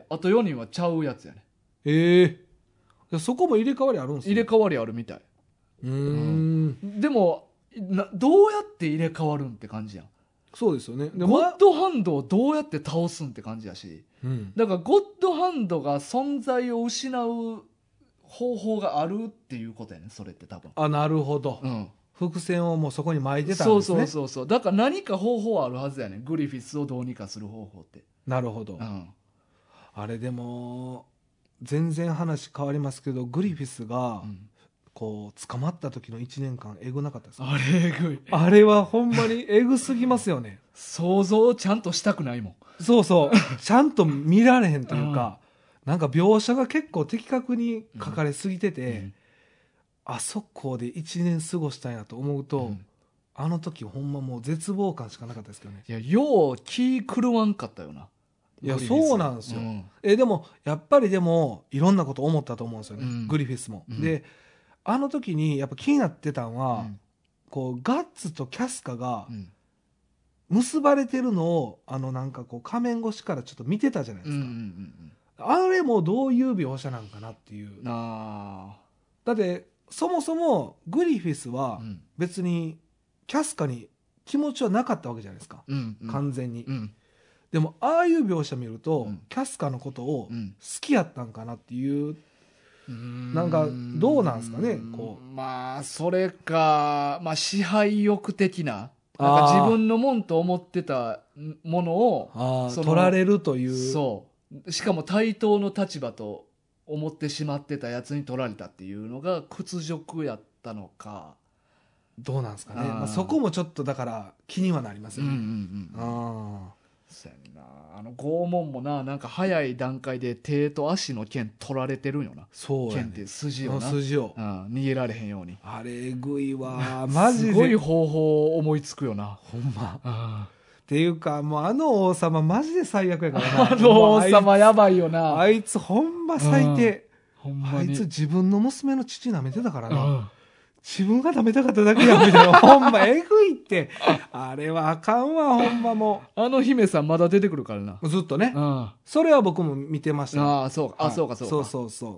あと4人はちゃうやつやねん。 そこも入れ替わりあるんですね。 入れ替わりあるみたい。でもどうやって入れ替わるんって感じやん。 そうですよね。 ゴッドハンドをどうやって倒すんって感じやし、だからゴッドハンドが存在を失う方法があるっていうことやね、それって多分。 なるほど、伏線をもうそこに巻いてたんですね。 そうだから何か方法はあるはずやね、グリフィスをどうにかする方法って。 なるほど、あれでも全然話変わりますけど、グリフィスがこう捕まった時の1年間えぐなかったですか？ あれえぐい。 あれはほんまにえぐすぎますよね。 想像ちゃんとしたくないもん。 そうちゃんと見られへんというか、なんか描写が結構的確に書かれすぎてて、あそこで1年過ごしたんやと思うと、あの時ほんまもう絶望感しかなかったですけどね。 いやよう気狂わんかったよな。 いやそうなんですよ、でもやっぱりでもいろんなこと思ったと思うんですよね、グリフィスも、であの時にやっぱ気になってたのは、こうガッツとキャスカが結ばれてるのをなんかこう仮面越しからちょっと見てたじゃないですか、あれもどういう描写なんかなっていう。だってそもそもグリフィスは別にキャスカに気持ちはなかったわけじゃないですか、完全に、 でもああいう描写見ると、キャスカのことを好きやったんかなっていう、なんかどうなんですかね、こう。 まあそれか、まあ支配欲的な、なんか自分のもんと思ってたものを取られるという。 そう。しかも対等の立場と思ってしまってたやつに取られたっていうのが屈辱やったのか。 どうなんですかね。まあ、そこもちょっとだから気にはなりますよね。 そうやな。拷問もな、なんか早い段階で手と足の剣取られてるんよな。 そうやね。 剣って筋をな。 筋を。 逃げられへんように。 あれえぐいわ。マジで。 すごい方法思いつくよな。 ほんま。っていうか、もう王様マジで最悪やからな。王様やばいよな。 あいつほんま最低。あいつ自分の娘の父舐めてたからな。自分が舐めたかっただけやみたいな。ほんまえぐいって。あれはあかんわ、ほんまもう。姫さんまだ出てくるからな。 ずっとね。それは僕も見てました。 ああ、そうか。そうか。 そう。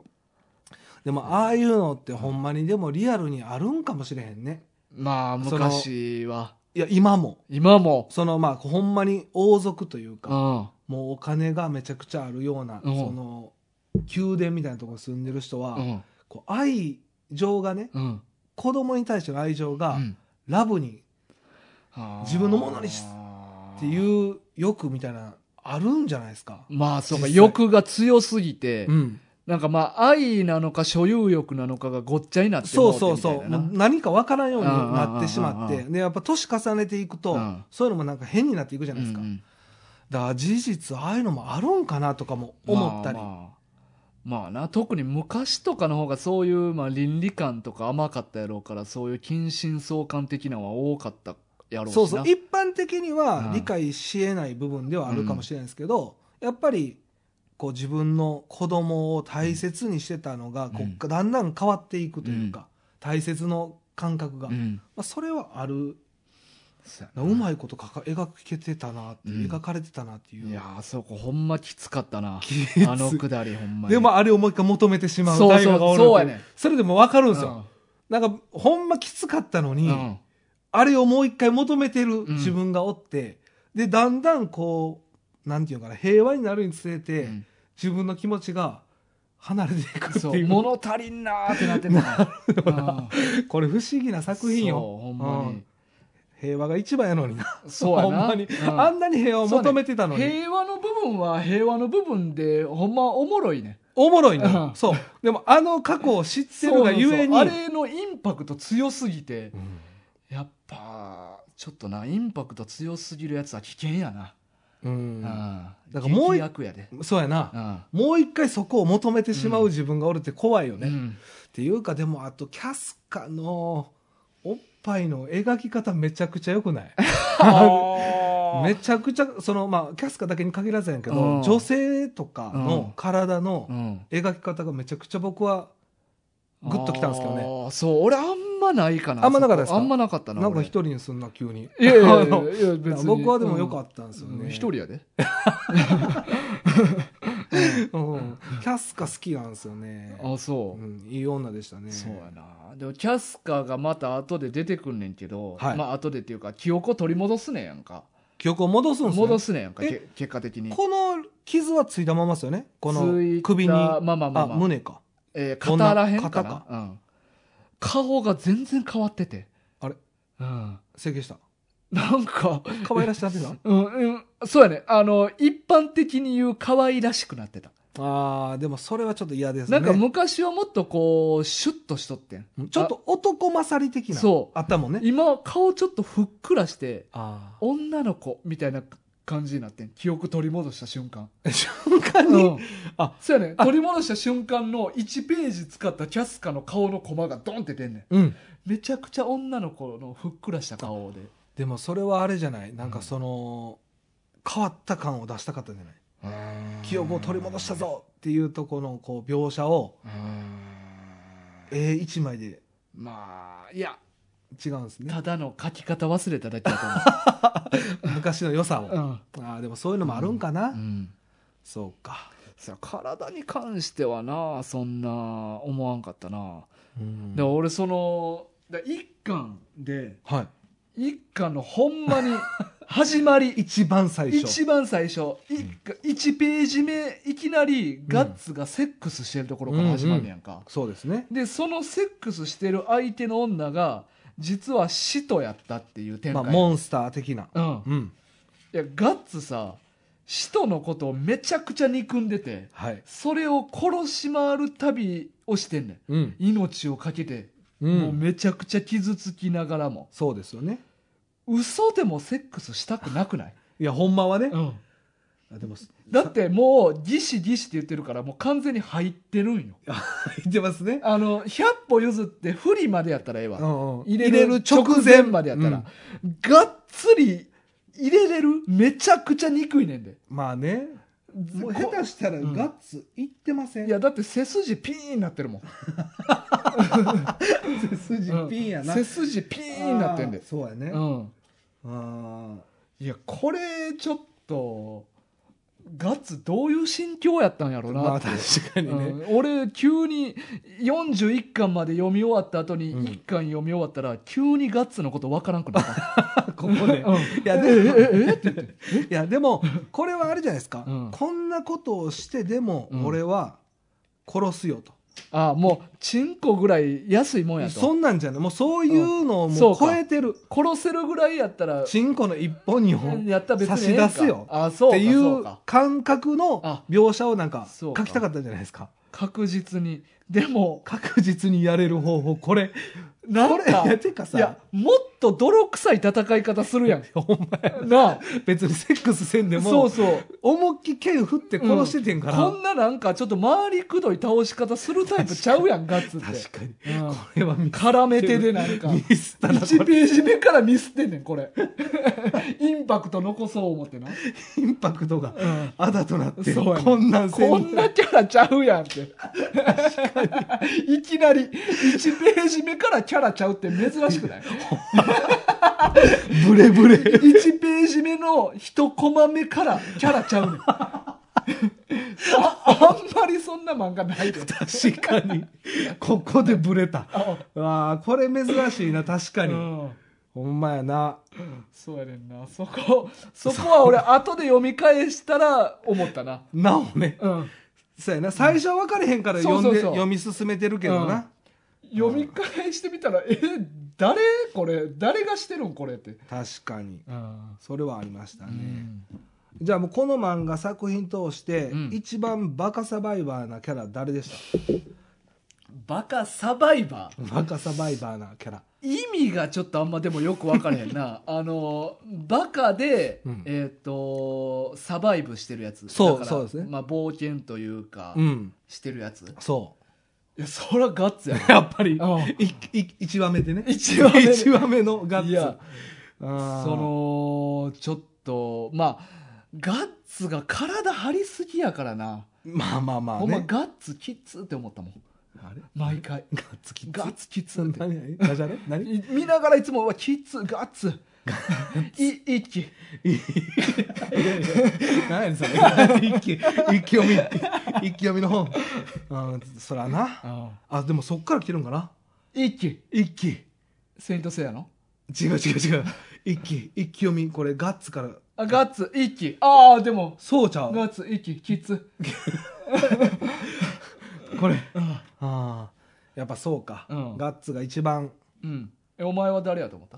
でもああいうのってほんまにでもリアルにあるんかもしれへんね。 まあ昔は。 いや、今も。まあ、ほんまに王族というか、もうお金がめちゃくちゃあるような、宮殿みたいなところに住んでる人は、こう愛情がね、子供に対しての愛情が、ラブに、自分のものにっていう欲みたいな、あるんじゃないですか。 まあ、そうか、欲が強すぎて、なんかまあ、愛なのか所有欲なのかがごっちゃになってもうてみたいな。 そう。何か分からんようになってしまって、で、やっぱ年重ねていくと、そういうのもなんか変になっていくじゃないですか。だから事実、ああいうのもあるんかなとかも思ったり。 まあな、特に昔とかの方がそういう、まあ、倫理観とか甘かったやろうから、そういう近親相関的なのは多かったやろうしな。 そう。一般的には理解し得ない部分ではあるかもしれないですけど、やっぱり、こう自分の子供を大切にしてたのが、だんだん変わっていくというか、大切の感覚が。まあ、それはある。うまいこと描けてたなって、描かれてたなっていう。 いやー、そうか、ほんまきつかったな。くだり、ほんまに。 でもあれをもう一回求めてしまう大河がおる。そうやね。 それでも分かるんですよ。なんか、ほんまきつかったのに、あれをもう一回求めてる自分がおって、で、だんだんこう、なんていうかな、平和になるにつれて、自分の気持ちが離れていくっていう。 物足りんなーってなってた。 これ不思議な作品よ。 ほんまに。 平和が一番やのにな。 そうやな。 ほんまに。あんなに平和を求めてたのに。 平和の部分は平和の部分で、ほんまおもろいね。 おもろいね。そう。でも過去を知ってるがゆえに。 あれのインパクト強すぎて、やっぱ、ちょっとな、インパクト強すぎるやつは危険やな。 だからもうそうやな。もう一回そこを求めてしまう自分がおるって怖いよね。っていうか、でもあと、キャスカの、おっぱいの描き方めちゃくちゃ良くないめちゃくちゃ、まあ、キャスカだけに限らずやんけど、女性とかの体の描き方がめちゃくちゃ僕はグッときたんですけどね。 そう、俺あんまないかな。 あんまなかったですか？ あんまなかったな。 なんか一人にすんな、急に。 いや別に。僕はでも良かったんですよね。 一人やで。 キャスカ好きなんですよね。 あ、そう。 いい女でしたね。 そうやな。でもキャスカがまた後で出てくんねんけど、まあ後でっていうか記憶を取り戻すねんやんか。 記憶を戻すんですね。 戻すねんやんか、結果的に。 この傷はついたままですよね。この首に。胸か。 肩らへんかな。顔が全然変わってて。 あれ整形した。 なんか。 可愛らしくなってた？ そうやね。一般的に言う可愛らしくなってた。 でもそれはちょっと嫌ですね。 なんか昔はもっとこう、シュッとしとってん。 ちょっと男勝り的な。 そう。 あったもんね。 今、顔ちょっとふっくらして、女の子みたいな感じになってん。記憶取り戻した瞬間。 瞬間にそうやね。取り戻した瞬間の1ページ使ったキャスカの顔のコマがドンって出んねん。めちゃくちゃ女の子のふっくらした顔で。 でもそれはあれじゃない。なんか変わった感を出したかったんじゃない？記憶を取り戻したぞっていうとこのこう描写を一枚で。 まあ、いや、 違うんですね。 ただの書き方忘れただけだと思う。昔の良さを。でもそういうのもあるんかな。そうか。 体に関してはな、そんな思わんかったな。でも俺一巻で、一巻のほんまに始まり一番最初 1ページ目いきなりガッツがセックスしてるところから始まるやんか、 そうですね。 でそのセックスしてる相手の女が実は使徒やったっていう展開、 モンスター的な。 いやガッツさ使徒のことをめちゃくちゃ憎んでて、それを殺し回る旅をしてんねん、命をかけて、もうめちゃくちゃ傷つきながらも。 そうですよね。 嘘でもセックスしたくなくない？ いやほんまはね、 でもだってもうギシギシって言ってるからもう完全に入ってるんよ。 入ってますね。 100歩譲って振りまでやったらええわ、 入れる直前までやったら、がっつり入れれる？めちゃくちゃ憎いねんで。 まあね、もう下手したらガッツいってません？ いやだって背筋ピーンなってるもん背筋ピーンやな。 背筋ピーンなってんで。 そうやね。 いやこれちょっとガッツどういう心境やったんやろうなって。 確かにね、 俺急に41巻まで読み終わった後に1巻読み終わったら急にガッツのこと分からんくなったここで、いやでもこれはあれじゃないですか、こんなことをしてでも俺は殺すよと、 もうチンコぐらい安いもんやと。 そんなんじゃない、もうそういうのをもう超えてる、 殺せるぐらいやったらチンコの1本2本やったら別に差し出すよっていう感覚の描写をなんか書きたかったじゃないですか。 確実に。でも確実にやれる方法これなんかいやもっと泥臭い戦い方するやんほんまやな。 別にセックスせんでもそうそう思いっきり剣振って殺しててんから、 こんななんかちょっと回りくどい倒し方するタイプちゃうやんガッツって。 確かに、これは絡めてでなんかミスったな。 1ページ目からミスってんねんこれインパクト残そう思ってな。 インパクトがあだとなってそうやねん、 こんなんせんこんなキャラちゃうやんっていきなり1ページ目からキャラちゃうって珍しくない？ ブレブレ 1ページ目の1コマ目からキャラちゃうねんあんまりそんな漫画ないで。 確かにここでブレた。これ珍しいな。確かに、ほんまやな。 そうやねんな。そこは俺後で読み返したら思ったな。 なおね、そうやな。最初は分かれへんから読み進めてるけどな、 読み返してみたら誰これ誰がしてるんこれって。 確かに、それはありましたね、じゃあもうこの漫画作品通して、一番バカサバイバーなキャラ誰でした？ バカサバイバー？ バカサバイバーなキャラ意味がちょっとあんまでもよく分からへんなバカで、サバイブしてるやつ。 そうですね。 冒険というか、してるやつ。いやそりゃガッツややっぱり1話目でね。1話目のガッツ。いやちょっとガッツが体張りすぎやからな。 まあね、 ほんまガッツキッズって思ったもん。あれ毎回ガッツキッズガッツキッズって何見ながらいつもキッズガッツ一気何やねんそれ一気読みの本。そらな。でもそっから来てるんかな。 一気セイントセイヤの違う一気読み。これガッツからガッツ一気。でもそうちゃう。 ガッツ一気キッズこれやっぱそうか、ガッツが一番。 お前は誰やと思った？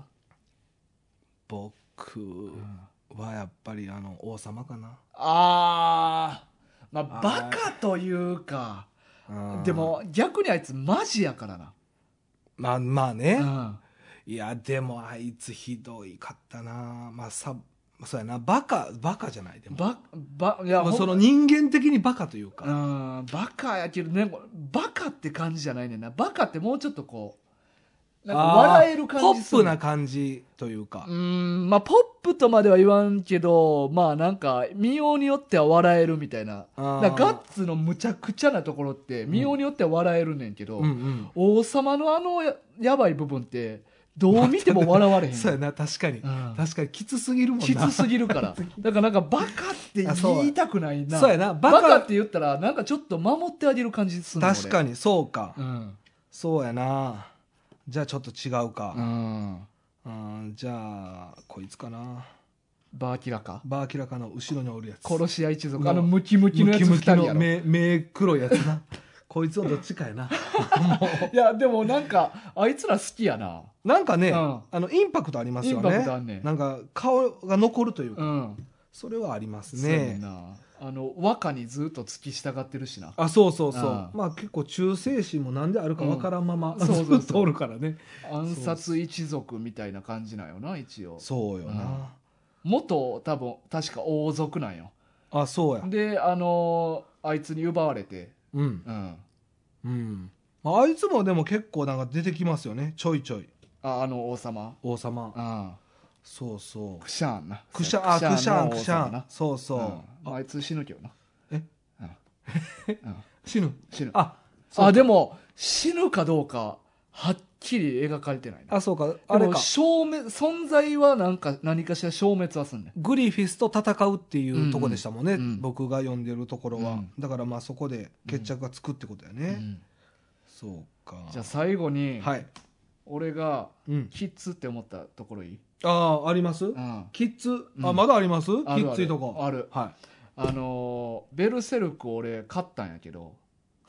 僕はやっぱり王様かな。 バカというか、でも逆にあいつマジやからな。 まあね、いやでもあいつひどいかったな。そうやな。バカじゃない。でもいやその人間的にバカというか、 バカやけどね、バカって感じじゃないねんな。バカってもうちょっとこうなんか笑える感じする。 ポップな感じというか。 ポップとまでは言わんけど、なんか見ようによっては笑えるみたいな。ガッツのむちゃくちゃなところって見ようによっては笑えるねんけど、王様のやばい部分ってどう見ても笑われへん。 そうやな。確かにきつすぎるもんな。 きつすぎるからだからなんかバカって言いたくないな。 そうやな。 バカって言ったらなんかちょっと守ってあげる感じするの。 確かにそうか、そうやな。じゃあちょっと違うか。じゃあこいつかな。 バーキラカの後ろにおるやつ。 殺し屋一族。ムキムキのやつ2人やろ。 目黒いやつな。こいつはどっちかやな。 いや、でもなんか、あいつら好きやな。 なんかね、インパクトありますよね。 インパクトあんねん。 なんか、顔が残るというか、それはありますね。 そうやな。和歌にずっと付き従ってるしな。 あ、そうそうそう。まあ結構忠誠心もなんであるかわからんまま、ずっとおるからね。 暗殺一族みたいな感じなんよな、一応。 そうよな。 元、多分、確か王族なんよ。 あ、そうや。 で、あいつに奪われて。 あいつもでも結構なんか出てきますよね、ちょいちょい。 王様。 そうそう。 クシャンな。 クシャン。そうそう。 あいつ死ぬけどな。 死ぬ。 でも、死ぬかどうか、はっきり描かれてないな。 あ、そうか。 あれか。存在は何かしら消滅はすんねん。 グリフィスと戦うっていうとこでしたもんね。僕が読んでるところは。だからまあそこで決着がつくってことやね。そうか。 じゃあ最後に、俺が、キッズって思ったところいい？ あります？キッズ？まだあります？キッズいとこ。 ある。ベルセルク俺買ったんやけど。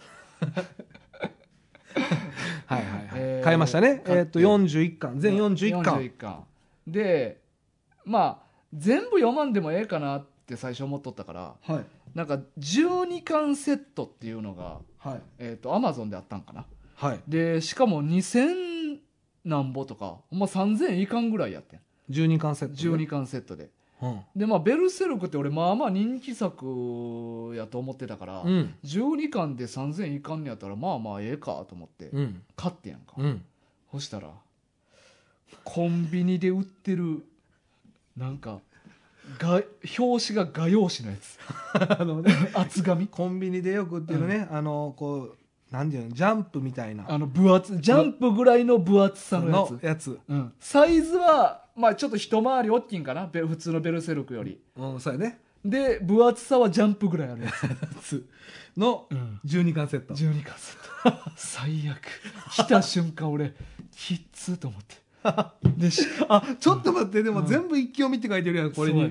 買いましたね。41巻。全41巻。 41巻。で、まあ、全部読まんでもええかなって最初思っとったから、なんか12巻セットっていうのが、アマゾンであったんかな。で、しかも2000何ぼとか、3000いかんぐらいやってん。 12巻セットで。 12巻セットで。で、まあ、ベルセルクって俺、まあまあ人気作やと思ってたから、12巻で3000いかんのやったら、まあまあええかと思って、買ってやんか。そしたら、コンビニで売ってる、なんか、表紙が画用紙のやつ。厚紙。 コンビニでよく売ってるね、こう、なんていうの、ジャンプみたいな。 ジャンプぐらいの分厚さのやつ。サイズは、まあちょっと一回り大きいんかな、普通のベルセルクより。 そうやね。 で、分厚さはジャンプぐらいあるやつ。 の12巻セット。 12巻セット。最悪。来た瞬間俺、きっつーと思って。 ちょっと待って、でも全部一気読みって書いてるやん、これに。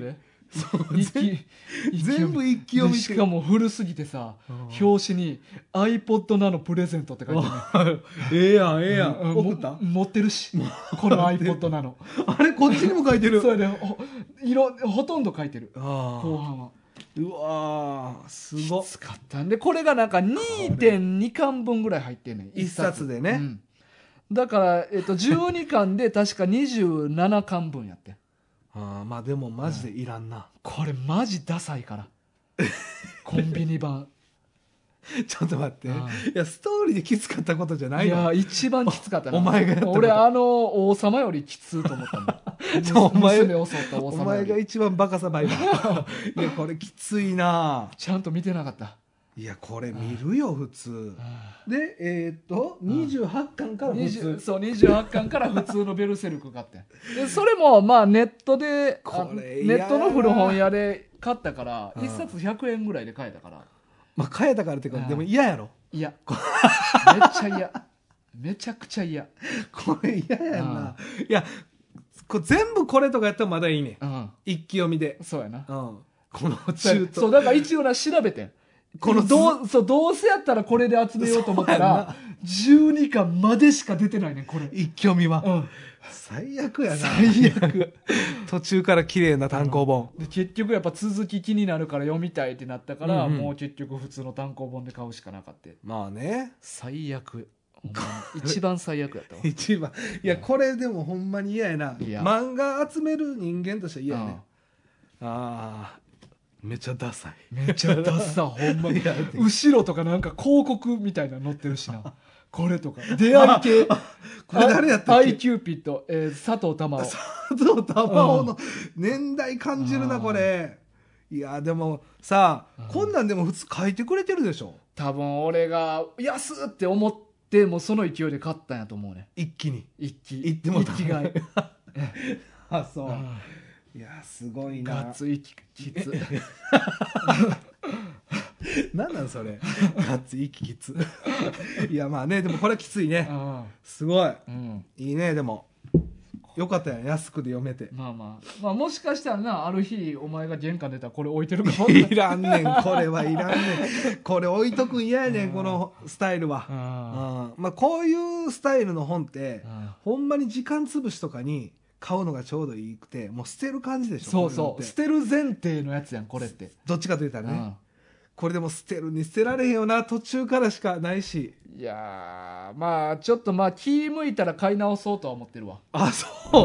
全部一気読み。 しかも古すぎてさ、表紙に iPod Nano プレゼントって書いてる。 ええやん。送った？ 持ってるし。この iPod Nano。 あれ、こっちにも書いてる。 そうやね。ほとんど書いてる。後半は。 うわー、すごっ。 きつかったんで、これがなんか 2.2 巻分ぐらい入ってんねん。 一冊でね。 だから、12巻で確か27巻分やってん。 まあでもマジでいらんな。 これマジダサいから。コンビニ版。 ちょっと待って。いや、ストーリーできつかったことじゃないの？ いや、一番きつかったな。 お前がやったこと。 俺、王様よりきつと思ったもん。娘を襲った王様。 お前が一番バカさばいた。いや、これきついな。 ちゃんと見てなかった。 いや、これ見るよ、普通。で、28巻から普通。 そう、28巻から普通のベルセルク買ってん。で、それも、まあ、ネットで、ネットの古本屋で買ったから、1冊100円ぐらいで買えたから。 まあ、買えたからっていうか、でも嫌やろ。 いや。めっちゃ嫌。めちゃくちゃ嫌。 これ嫌やな。いや、全部これとかやったらまだいいね。一気読みで。 そうやな。 この中途。 そう、だから一応調べてん。どうせやったらこれで集めようと思ったら、12巻までしか出てないねん、これ。 一気読みは。最悪やな。 最悪。 途中から綺麗な単行本。 で結局やっぱ続き気になるから読みたいってなったから、もう結局普通の単行本で買うしかなかった。 まあね。 最悪。一番最悪やったわ。 一番。いや、これでもほんまに嫌やな。漫画集める人間としては嫌やね。めっちゃダサい。 めっちゃダサい、ほんまに。後ろとかなんか広告みたいなの載ってるしな。これとか。出会い系。 これ誰やったっけ？ アイキューピッド、佐藤珠緒。 佐藤珠緒の年代感じるな、これ。いや、でもさ、こんなんでも普通書いてくれてるでしょ。 多分俺が、安って思って、もうその勢いで買ったんやと思うね。 一気に。 一気買い。 あ、そう。いや、すごいな。 ガッツ息きつ。 なんなんそれ。ガッツ息きつ。いや、まあね、でもこれきついね。すごい。いいね、でも。 よかったやん、安くで読めて。 まあもしかしたらな、ある日お前が玄関出たらこれ置いてるかも。いらんねん、これはいらんねん。これ置いとくん嫌やねん、このスタイルは。まあこういうスタイルの本って、ほんまに時間潰しとかに買うのがちょうどいいくて、もう捨てる感じでしょ。 そう捨てる前提のやつやん、これって。 どっちかと言ったらね。これでも捨てるに捨てられへんよな、途中からしかないし。 いやまあちょっと気向いたら買い直そうとは思ってるわ。 あ、そう、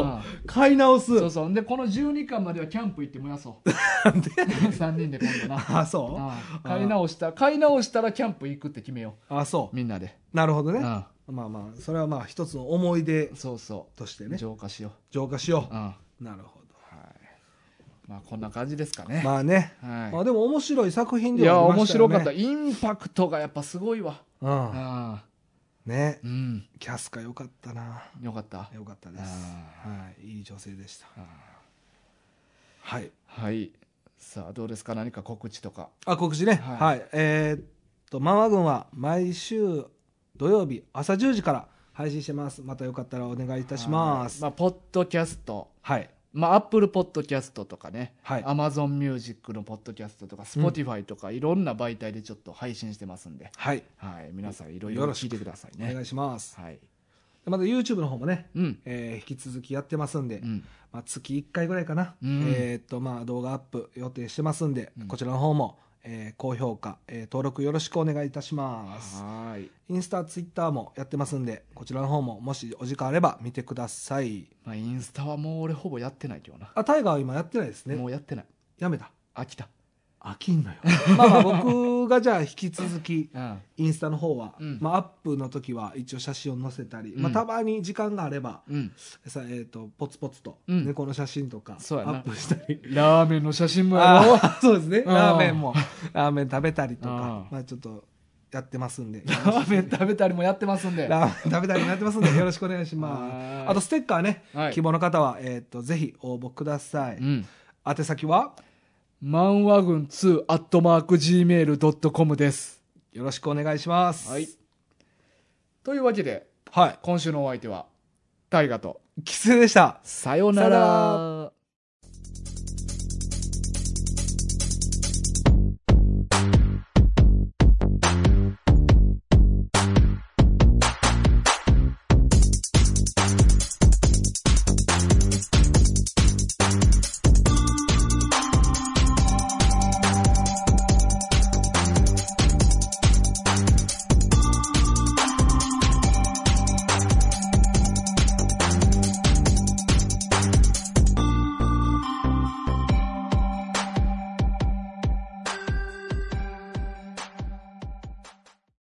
買い直す。 そうでこの12巻まではキャンプ行って燃やそうなんで3人で今度な。 あ、そう買い直したらキャンプ行くって決めよう。 あ、そうみんなで。 なるほどね。まあそれはまあ一つの思い出としてね、 浄化しよう。なるほど。 まあこんな感じですかね。 まあね、まあでも面白い作品ではありましたよね。いや面白かった。インパクトがやっぱすごいわ。 ね、キャスカ良かったな。 よかったです。いい女性でした。 はい。さあどうですか、何か告知とか。 告知ね。ママ軍は毎週土曜日朝10時から配信してます。またよかったらお願いいたします。 ポッドキャスト。アップルポッドキャストとかね、アマゾンミュージックのポッドキャストとか、スポティファイとか、いろんな媒体でちょっと配信してますんで、皆さんいろいろ聞いてくださいね。 お願いします。また YouTube の方もね、引き続きやってますんで、月1回ぐらいかな、動画アップ予定してますんで、こちらの方も高評価、登録よろしくお願いいたします。インスタ、ツイッターもやってますんで、こちらの方ももしお時間あれば見てください。 インスタはもう俺ほぼやってないけどな。 タイガーは今やってないですね。 もうやってない。 やめた。 飽きた。 飽きんのよ。僕がじゃあ引き続きインスタの方は、アップの時は一応写真を載せたり、たまに時間があれば、ポツポツと猫の写真とかアップしたり、 ラーメンの写真もやろう。 そうですね。ラーメン食べたりとか、ちょっとやってますんで、 ラーメン食べたりもやってますんで、 ラーメン食べたりもやってますんで、よろしくお願いします。あとステッカーね、希望の方はぜひ応募ください。宛先は漫画軍2@gmail.com です。 よろしくお願いします。 というわけで、今週のお相手は大河とキツネでした。 さよなら。